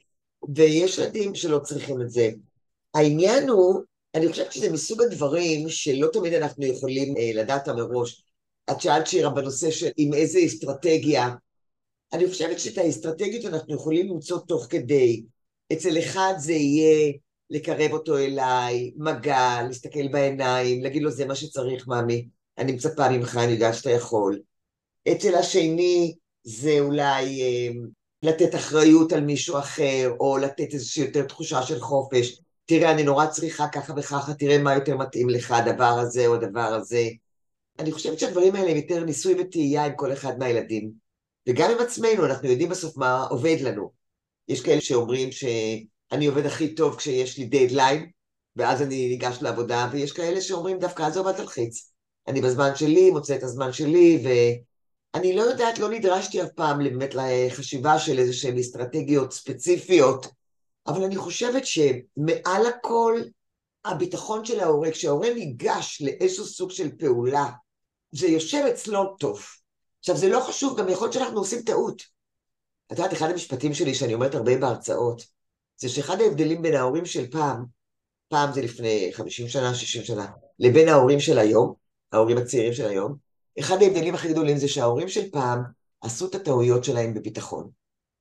ויש ילדים שלא צריכים את זה. העניין הוא, אני חושבת שזה מסוג הדברים שלא תמיד אנחנו יכולים אה, לדעת מראש. את שאלת שירה בנושא של עם איזה אסטרטגיה, אני חושבת שאת האסטרטגיות אנחנו יכולים למצוא תוך כדי. אצל אחד זה יהיה לקרב אותו אליי, מגע, להסתכל בעיניים, להגיד לו זה מה שצריך מאמי, אני מצפה ממך, אני יודעת שאתה יכול. אצל השני זה אולי אה, לתת אחריות על מישהו אחר, או לתת איזושהי יותר תחושה של חופש. תראה, אני נורא צריכה ככה וככה, תראה מה יותר מתאים לך, הדבר הזה או הדבר הזה. אני חושבת שהדברים האלה הם יותר ניסוי וטעייה עם כל אחד מהילדים. וגם עם עצמנו, אנחנו יודעים בסוף מה עובד לנו. יש כאלה שאומרים שאני עובד הכי טוב כשיש לי דדליין, ואז אני ניגש לעבודה, ויש כאלה שאומרים דווקא אז עובד תלחיץ. אני בזמן שלי, מוצא את הזמן שלי, ואני לא יודעת, לא נדרשתי אף פעם באמת לחשיבה של איזה שהן אסטרטגיות ספציפיות, אבל אני חושבת שמעל הכל, הביטחון של ההורה, כשההורה ניגש לאיזשהו סוג של פעולה, זה יושב אצלו טוב. עכשיו, זה לא חשוב, גם יכול להיות שאנחנו עושים טעות. את יודעת, אחד המשפטים שלי, שאני אומרת הרבה בהרצאות, זה שאחד ההבדלים בין ההורים של פעם, פעם זה לפני חמישים שנה, שישים שנה, לבין ההורים של היום, ההורים הצעירים של היום, אחד ההבדלים הכי גדולים זה שההורים של פעם עשו את הטעויות שלהם בביטחון.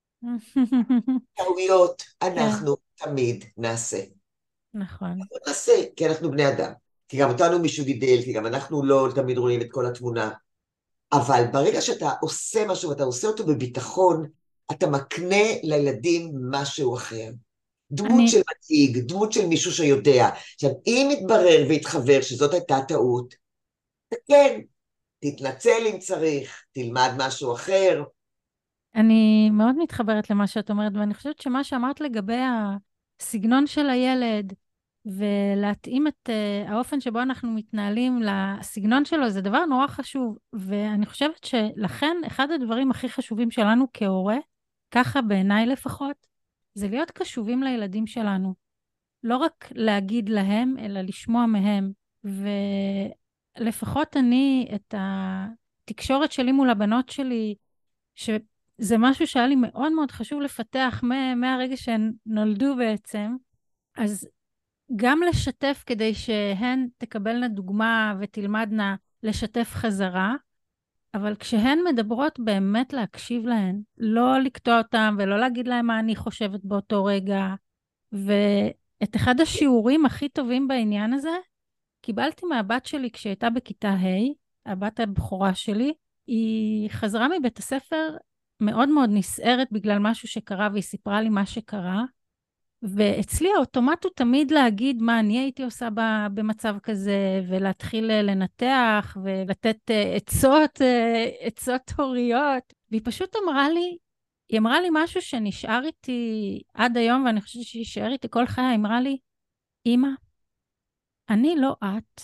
טעויות אנחנו תמיד נעשה. נכון. אנחנו נעשה, כי אנחנו בני אדם. כי גם אותנו מישהו גידל, כי גם אנחנו לא תמיד רואים את כל התמונה. אבל ברגע שאתה עושה משהו ואתה עושה אותו בביטחון, אתה מקנה לילדים משהו אחר. דמות אני... של מנהיג, דמות של מישהו שיודע. עכשיו, אם יתברר ויתחבר שזאת הייתה טעות, כן, תתנצל אם צריך, תלמד משהו אחר. אני מאוד מתחברת למה שאת אומרת, ואני חושבת שמה שאמרת לגבי הסגנון של הילד, ולהתאים את uh, האופן שבו אנחנו מתנהלים לסגנון שלו, זה דבר נורא חשוב. ואני חושבת שלכן, אחד הדברים הכי חשובים שלנו כהורה, ככה בעיניי לפחות, זה להיות קשובים לילדים שלנו. לא רק להגיד להם, אלא לשמוע מהם. ולפחות אני, את התקשורת שלי מול הבנות שלי, שזה משהו שהיה לי מאוד מאוד חשוב לפתח מהרגע שהן נולדו בעצם, אז גם לשתף כדי שהן תקבלנה דוגמה ותלמדנה לשתף חזרה, אבל כשהן מדברות באמת להקשיב להן, לא לקטוע אותן ולא להגיד להן מה אני חושבת באותו רגע. ואת אחד השיעורים הכי טובים בעניין הזה, קיבלתי מהבת שלי כשהייתה בכיתה ה', הבת הבכורה שלי, היא חזרה מבית הספר מאוד מאוד נסערת בגלל משהו שקרה, והיא סיפרה לי מה שקרה, ואצלי האוטומט הוא תמיד להגיד מה אני הייתי עושה במצב כזה, ולהתחיל לנתח ולתת עצות, עצות הוריות. והיא פשוט אמרה לי, היא אמרה לי משהו שנשאר איתי עד היום, ואני חושבת שישאר איתי כל חיי, היא אמרה לי, אמא, אני לא את,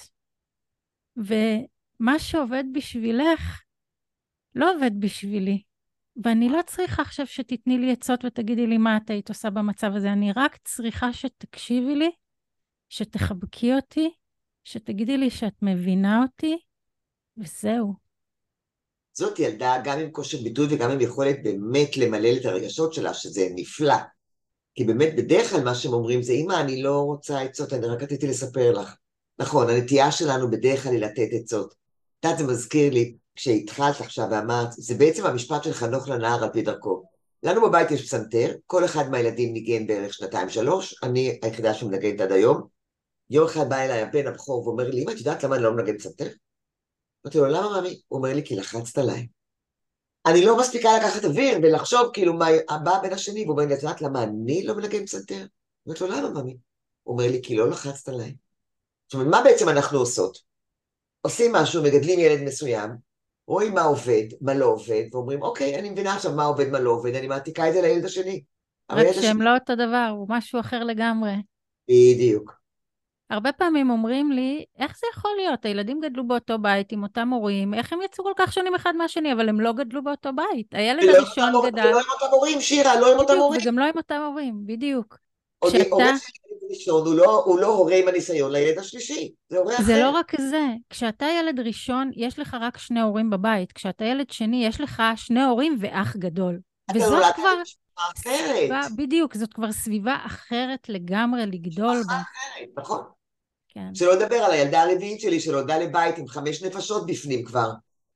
ומה שעובד בשבילך לא עובד בשבילי. ואני לא צריכה עכשיו שתתני לי עצות ותגידי לי מה את היית עושה במצב הזה. אני רק צריכה שתקשיבי לי, שתחבקי אותי, שתגידי לי שאת מבינה אותי, וזהו. זאת ילדה גם עם כושר ביטוי וגם עם יכולת באמת למלא את הרגשות שלה, שזה נפלא. כי באמת בדרך כלל מה שהם אומרים זה, אמא, אני לא רוצה עצות, אני רק רציתי לספר לך. נכון, הנטייה שלנו בדרך כלל היא לתת עצות. אתה זה מזכיר לי, כשהתחלת עכשיו ואמרת, זה בעצם המשפט של חנוך לנער על פי דרכו. לנו בבית יש פסנתר, כל אחד מהילדים ניגן בערך שנתיים שלוש, אני היחידה שמנגנת עד היום. יום אחד בא אליי הבן הבכור ואומר לי, אמא, את יודעת למה אני לא מנגן פסנתר? אמרתי לו, למה מאמי? הוא אומר לי, כי לחצת עליי. אני לא מספיקה לקחת אוויר ולחשוב כאילו מה הבא בין השני, והוא אומר לי, את יודעת למה אני לא מנגן פסנתר? אומרת לו, למה ממי? הוא אומר לי, כי לא לחצת עליי. זאת אומרת, מה בעצם אנחנו עושות? עושים משהו, מגדלים ילד מסוים, רואים מה עובד, מה לא עובד, ואומרים, אוקיי, אני מבינה עכשיו מה עובד, מה לא עובד, אני מעתיקה את זה לילד השני. אבל רק ילד שהם השני... לא אותו דבר, הוא משהו אחר לגמרי. בדיוק. הרבה פעמים אומרים לי, איך זה יכול להיות? הילדים גדלו באותו בית עם אותם הורים, איך הם יצאו כל כך שונים אחד מהשני, אבל הם לא גדלו באותו בית. הילד ולא עם אותם הראשון הורים- גדל, ולא עם אותם הורים, שירה, לא עם אותם בדיוק, הורים. וגם לא עם אותם הורים, בדיוק. עוד הורה כשאתה, של ילד ראשון, הוא לא, הוא לא הורה עם הניסיון לילד השלישי, זה הורה זה לא אחר. רק זה, כשאתה ילד ראשון, יש לך רק שני הורים בבית, כשאתה ילד שני, יש לך שני הורים ואח גדול. אתה וזאת נולדת כבר במשפחה אחרת. סביבה, בדיוק, זאת כבר סביבה אחרת לגמרי לגדול בה. משפחה אחרת, נכון. כן. שלא לדבר על הילדה הרביעית שלי, שנולדה לבית עם חמש נפשות בפנים כבר.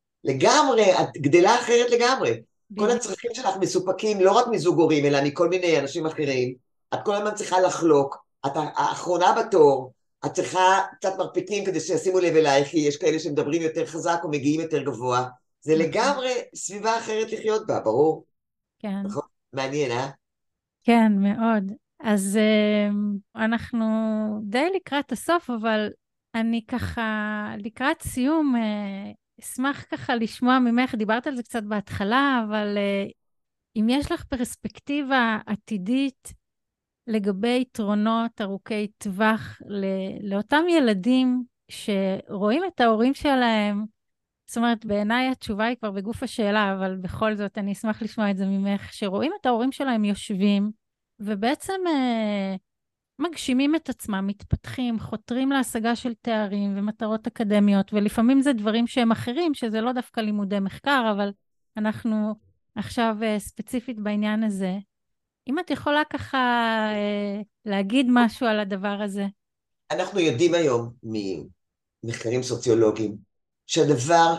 לגמרי, את גדלה אחרת לגמרי. כל בדיוק. הצרכים שלך מסופקים לא רק מזוג הורים, אלא מכל מיני אנשים אחרים. את כל הזמן צריכה לחלוק, את האחרונה בתור, את צריכה קצת מרפקים כדי שישימו לב אלייך, כי יש כאלה שמדברים יותר חזק או מגיעים יותר גבוה. זה נכון. לגמרי סביבה אחרת לחיות בה, ברור. כן. נכון? מעניין, אה? כן, מאוד. אז uh, אנחנו די לקראת הסוף, אבל אני ככה, לקראת סיום, uh, אשמח ככה לשמוע ממך, דיברת על זה קצת בהתחלה, אבל uh, אם יש לך פרספקטיבה עתידית לגבי יתרונות ארוכי טווח ל- לאותם ילדים שרואים את ההורים שלהם, זאת אומרת, בעיניי התשובה היא כבר בגוף השאלה, אבל בכל זאת אני אשמח לשמוע את זה ממך, שרואים את ההורים שלהם יושבים, ובעצם אה, מגשימים את עצמם, מתפתחים, חותרים להשגה של תארים ומטרות אקדמיות, ולפעמים זה דברים שהם אחרים, שזה לא דווקא לימודי מחקר, אבל אנחנו עכשיו אה, ספציפית בעניין הזה. אם את יכולה ככה אה, להגיד משהו על הדבר הזה. אנחנו יודעים היום ממחקרים סוציולוגיים שהדבר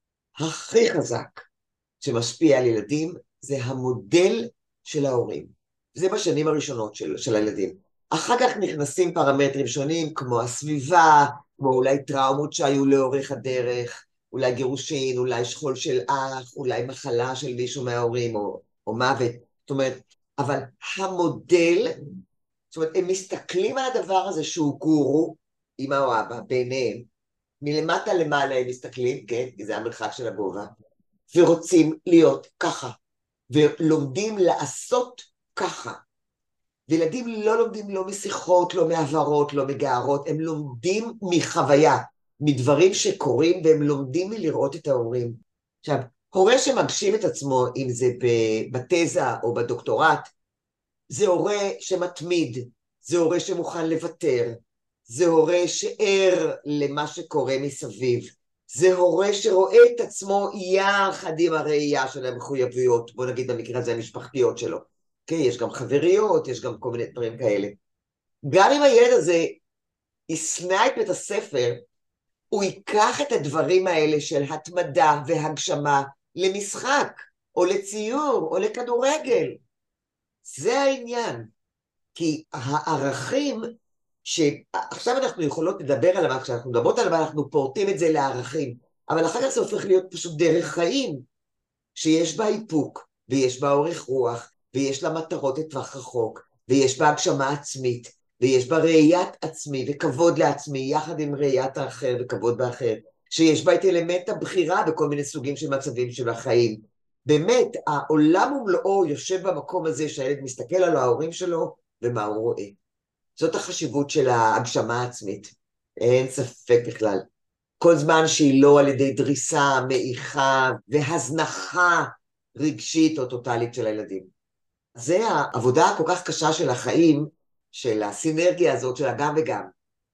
הכי חזק שמשפיע על ילדים זה המודל של ההורים. זה בשנים הראשונות של, של הילדים. אחר כך נכנסים פרמטרים שונים כמו הסביבה, כמו אולי טראומות שהיו לאורך הדרך, אולי גירושין, אולי שכול של אח, אולי מחלה של מישהו מההורים או, או מוות. זאת אומרת, אבל המודל, זאת אומרת, הם מסתכלים על הדבר הזה שהוא גורו, אמא או אבא, ביניהם, מלמטה למעלה הם מסתכלים, כן, כי זה המרחק של הגובה, ורוצים להיות ככה, ולומדים לעשות ככה. וילדים לא לומדים לא משיחות, לא מעברות, לא מגערות, הם לומדים מחוויה, מדברים שקורים, והם לומדים מלראות את ההורים. עכשיו, הורה שמגשים את עצמו, אם זה בתזה או בדוקטורט, זה הורה שמתמיד, זה הורה שמוכן לוותר, זה הורה שער למה שקורה מסביב, זה הורה שרואה את עצמו יחד עם הראייה של המחויבויות, בוא נגיד במקרה הזה המשפחתיות שלו. כן, יש גם חבריות, יש גם כל מיני דברים כאלה. גם אם הילד הזה ישנא את בית הספר, הוא ייקח את הדברים האלה של התמדה והגשמה למשחק, או לציור, או לכדורגל. זה העניין. כי הערכים, שעכשיו אנחנו יכולות לדבר עליו, כשאנחנו מדברות עליו, אנחנו פורטים את זה לערכים, אבל אחר כך זה הופך להיות פשוט דרך חיים, שיש בה איפוק, ויש בה אורך רוח, ויש לה מטרות לטווח רחוק, ויש בה הגשמה עצמית, ויש בה ראיית עצמי וכבוד לעצמי, יחד עם ראיית האחר וכבוד באחר, שיש בה את אלמנט הבחירה בכל מיני סוגים של מצבים של החיים. באמת, העולם ומלואו יושב במקום הזה שהילד מסתכל על ההורים שלו ומה הוא רואה. זאת החשיבות של ההגשמה העצמית, אין ספק בכלל. כל זמן שהיא לא על ידי דריסה, מעיכה והזנחה רגשית או טוטלית של הילדים. זה העבודה הכל כך קשה של החיים, של הסינרגיה הזאת של הגם וגם.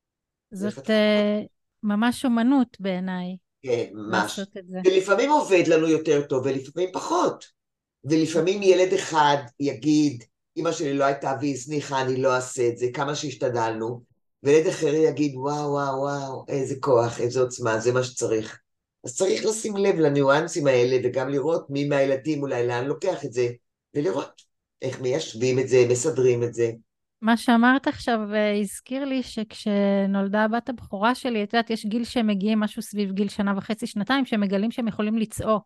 זאת uh, ממש אומנות בעיניי. כן, ממש. לעשות את זה. ולפעמים עובד לנו יותר טוב ולפעמים פחות. ולפעמים ילד אחד יגיד, אמא שלי לא הייתה והזניחה, אני לא אעשה את זה, כמה שהשתדלנו, וילד אחר יגיד, וואו, וואו, וואו, איזה כוח, איזה עוצמה, זה מה שצריך. אז צריך לשים לב לניואנסים האלה, וגם לראות מי מהילדים אולי לאן לוקח את זה, ולראות איך מיישבים את זה, מסדרים את זה. מה שאמרת עכשיו הזכיר לי שכשנולדה הבת הבכורה שלי, את יודעת, יש גיל שהם מגיעים משהו סביב גיל שנה וחצי, שנתיים, שהם מגלים שהם יכולים לצעוק.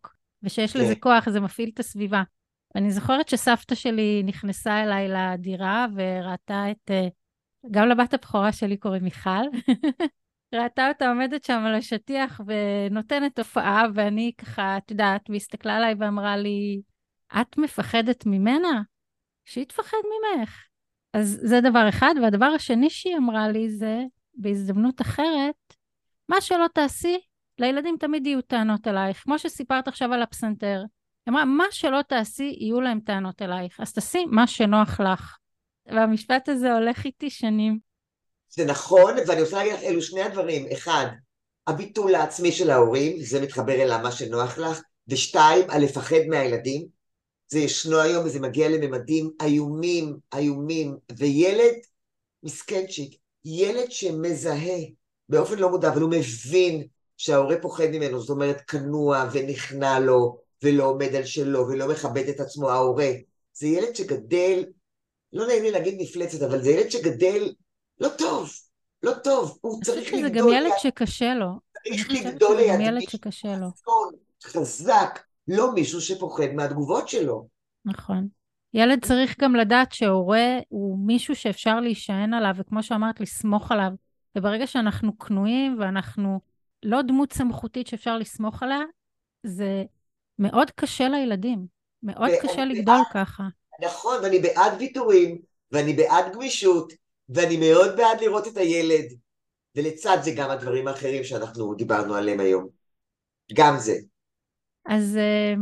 ושיש כן. לזה כוח, זה מפעיל את הסביבה. אני זוכרת שסבתא שלי נכנסה אליי לדירה, וראתה את, אה, גם לבת הבכורה שלי קוראים מיכל, ראתה אותה עומדת שם על השטיח ונותנת הופעה, ואני ככה, את יודעת, והסתכלה עליי ואמרה לי, את מפחדת ממנה? שהיא תפחד ממך. אז זה דבר אחד, והדבר השני שהיא אמרה לי זה, בהזדמנות אחרת, מה שלא תעשי, לילדים תמיד יהיו טענות עלייך. כמו שסיפרת עכשיו על הפסנתר. היא אמרה, מה שלא תעשי, יהיו להם טענות עלייך. אז תעשי מה שנוח לך. והמשפט הזה הולך איתי שנים. זה נכון, ואני רוצה להגיד לך, אלו שני הדברים. אחד, הביטול העצמי של ההורים, זה מתחבר אל מה שנוח לך, ושתיים, הלפחד מהילדים. זה ישנו היום וזה מגיע לממדים איומים, איומים, וילד מסכנצ'יק, ילד שמזהה באופן לא מודע, אבל הוא מבין שההורה פוחד ממנו, זאת אומרת כנוע ונכנע לו, ולא עומד על שלו, ולא מכבד את עצמו ההורה. זה ילד שגדל, לא נעים לי להגיד מפלצת, אבל זה ילד שגדל לא טוב, לא טוב, הוא צריך לגדול. זה גם ילד שקשה לו. צריך לגדול ליד מישהו שקשה לו. חזק, לא מישהו שפוחד מהתגובות שלו. נכון. ילד צריך גם לדעת שההורה הוא מישהו שאפשר להישען עליו, וכמו שאמרת, לסמוך עליו. וברגע שאנחנו כנועים ואנחנו לא דמות סמכותית שאפשר לסמוך עליה, זה מאוד קשה לילדים. מאוד קשה לגדול ככה. נכון, ואני בעד ויתורים, ואני בעד גמישות, ואני מאוד בעד לראות את הילד, ולצד זה גם הדברים האחרים שאנחנו דיברנו עליהם היום. גם זה. אז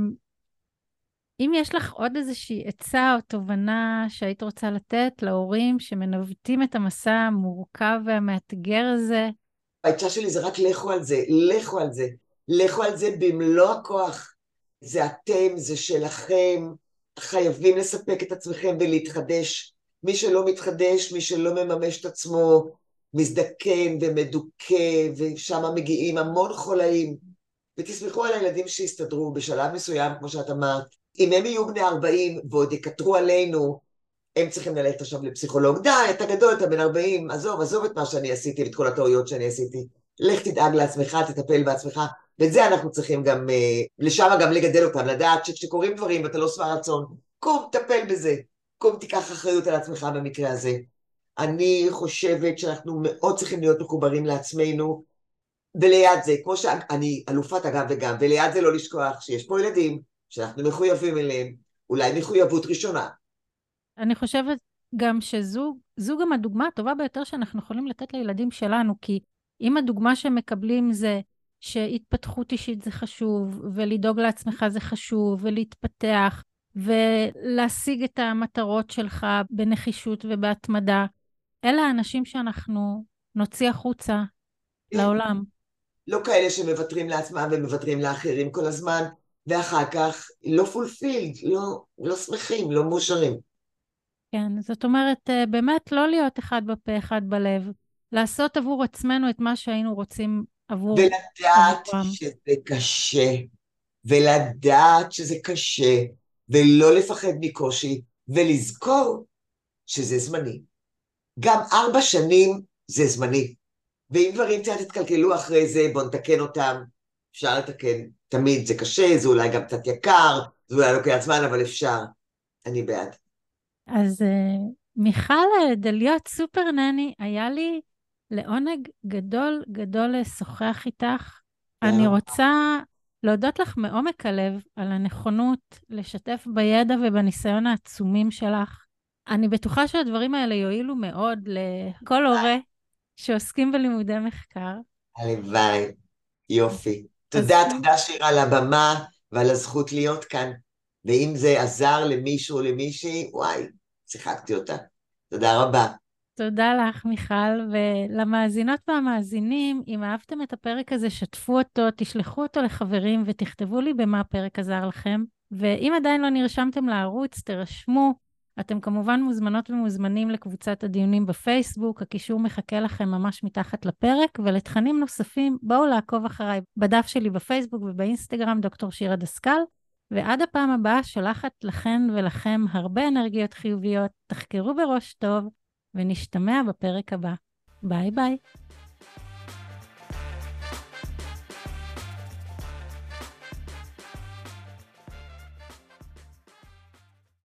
אם יש לך עוד איזושהי עצה או תובנה שהיית רוצה לתת להורים שמנווטים את המסע המורכב והמאתגר הזה? העצה שלי זה רק לכו על זה, לכו על זה, לכו על זה במלוא הכוח. זה אתם, זה שלכם, חייבים לספק את עצמכם ולהתחדש. מי שלא מתחדש, מי שלא מממש את עצמו, מזדקן ומדוכא, ושם מגיעים המון חולאים. ותסמכו על הילדים שהסתדרו בשלב מסוים, כמו שאת אמרת. אם הם יהיו בני ארבעים ועוד יקטרו עלינו, הם צריכים ללכת עכשיו לפסיכולוג. די, אתה גדול, אתה בן ארבעים, עזוב, עזוב את מה שאני עשיתי ואת כל הטעויות שאני עשיתי. לך תדאג לעצמך, תטפל בעצמך. ואת זה אנחנו צריכים גם, לשם גם לגדל אותם, לדעת שכשקורים דברים ואתה לא שבע רצון, קום, טפל בזה. קום, תיקח אחריות על עצמך במקרה הזה. אני חושבת שאנחנו מאוד צריכים להיות מחוברים לעצמנו, וליד זה, כמו שאני אלופת אגב וגם, וליד זה לא לשכוח שיש פה ילדים שאנחנו מחויבים אליהם, אולי מחויבות ראשונה. אני חושבת גם שזו זו גם הדוגמה הטובה ביותר שאנחנו יכולים לתת לילדים שלנו, כי אם הדוגמה שמקבלים זה שהתפתחות אישית זה חשוב, ולדאוג לעצמך זה חשוב, ולהתפתח, ולהשיג את המטרות שלך בנחישות ובהתמדה, אלה האנשים שאנחנו נוציא החוצה לעולם. לא כאלה שמוותרים לעצמם ומוותרים לאחרים כל הזמן, ואחר כך לא פולפילד, לא, לא שמחים, לא מאושרים. כן, זאת אומרת, באמת לא להיות אחד בפה, אחד בלב, לעשות עבור עצמנו את מה שהיינו רוצים עבור ולדעת שזה קשה, ולדעת שזה קשה, ולא לפחד מקושי, ולזכור שזה זמני. גם ארבע שנים זה זמני. ואם דברים קצת התקלקלו אחרי זה, בוא נתקן אותם, אפשר לתקן. תמיד זה קשה, זה אולי גם קצת יקר, זה אולי לוקח זמן, אבל אפשר. אני בעד. אז מיכל דליות סופר נני, היה לי לעונג גדול גדול לשוחח איתך. אני רוצה להודות לך מעומק הלב על הנכונות לשתף בידע ובניסיון העצומים שלך. אני בטוחה שהדברים האלה יועילו מאוד לכל הורה שעוסקים בלימודי מחקר. הלוואי, יופי. תודה, תודה שירה על הבמה ועל הזכות להיות כאן. ואם זה עזר למישהו או למישהי, וואי, שיחקתי אותה. תודה רבה. תודה לך, מיכל, ולמאזינות והמאזינים, אם אהבתם את הפרק הזה, שתפו אותו, תשלחו אותו לחברים ותכתבו לי במה הפרק עזר לכם. ואם עדיין לא נרשמתם לערוץ, תרשמו. אתם כמובן מוזמנות ומוזמנים לקבוצת הדיונים בפייסבוק, הקישור מחכה לכם ממש מתחת לפרק, ולתכנים נוספים בואו לעקוב אחריי בדף שלי בפייסבוק ובאינסטגרם, דוקטור שירה דסקל, ועד הפעם הבאה שולחת לכן ולכם הרבה אנרגיות חיוביות, תחקרו בראש טוב, ונשתמע בפרק הבא. ביי ביי.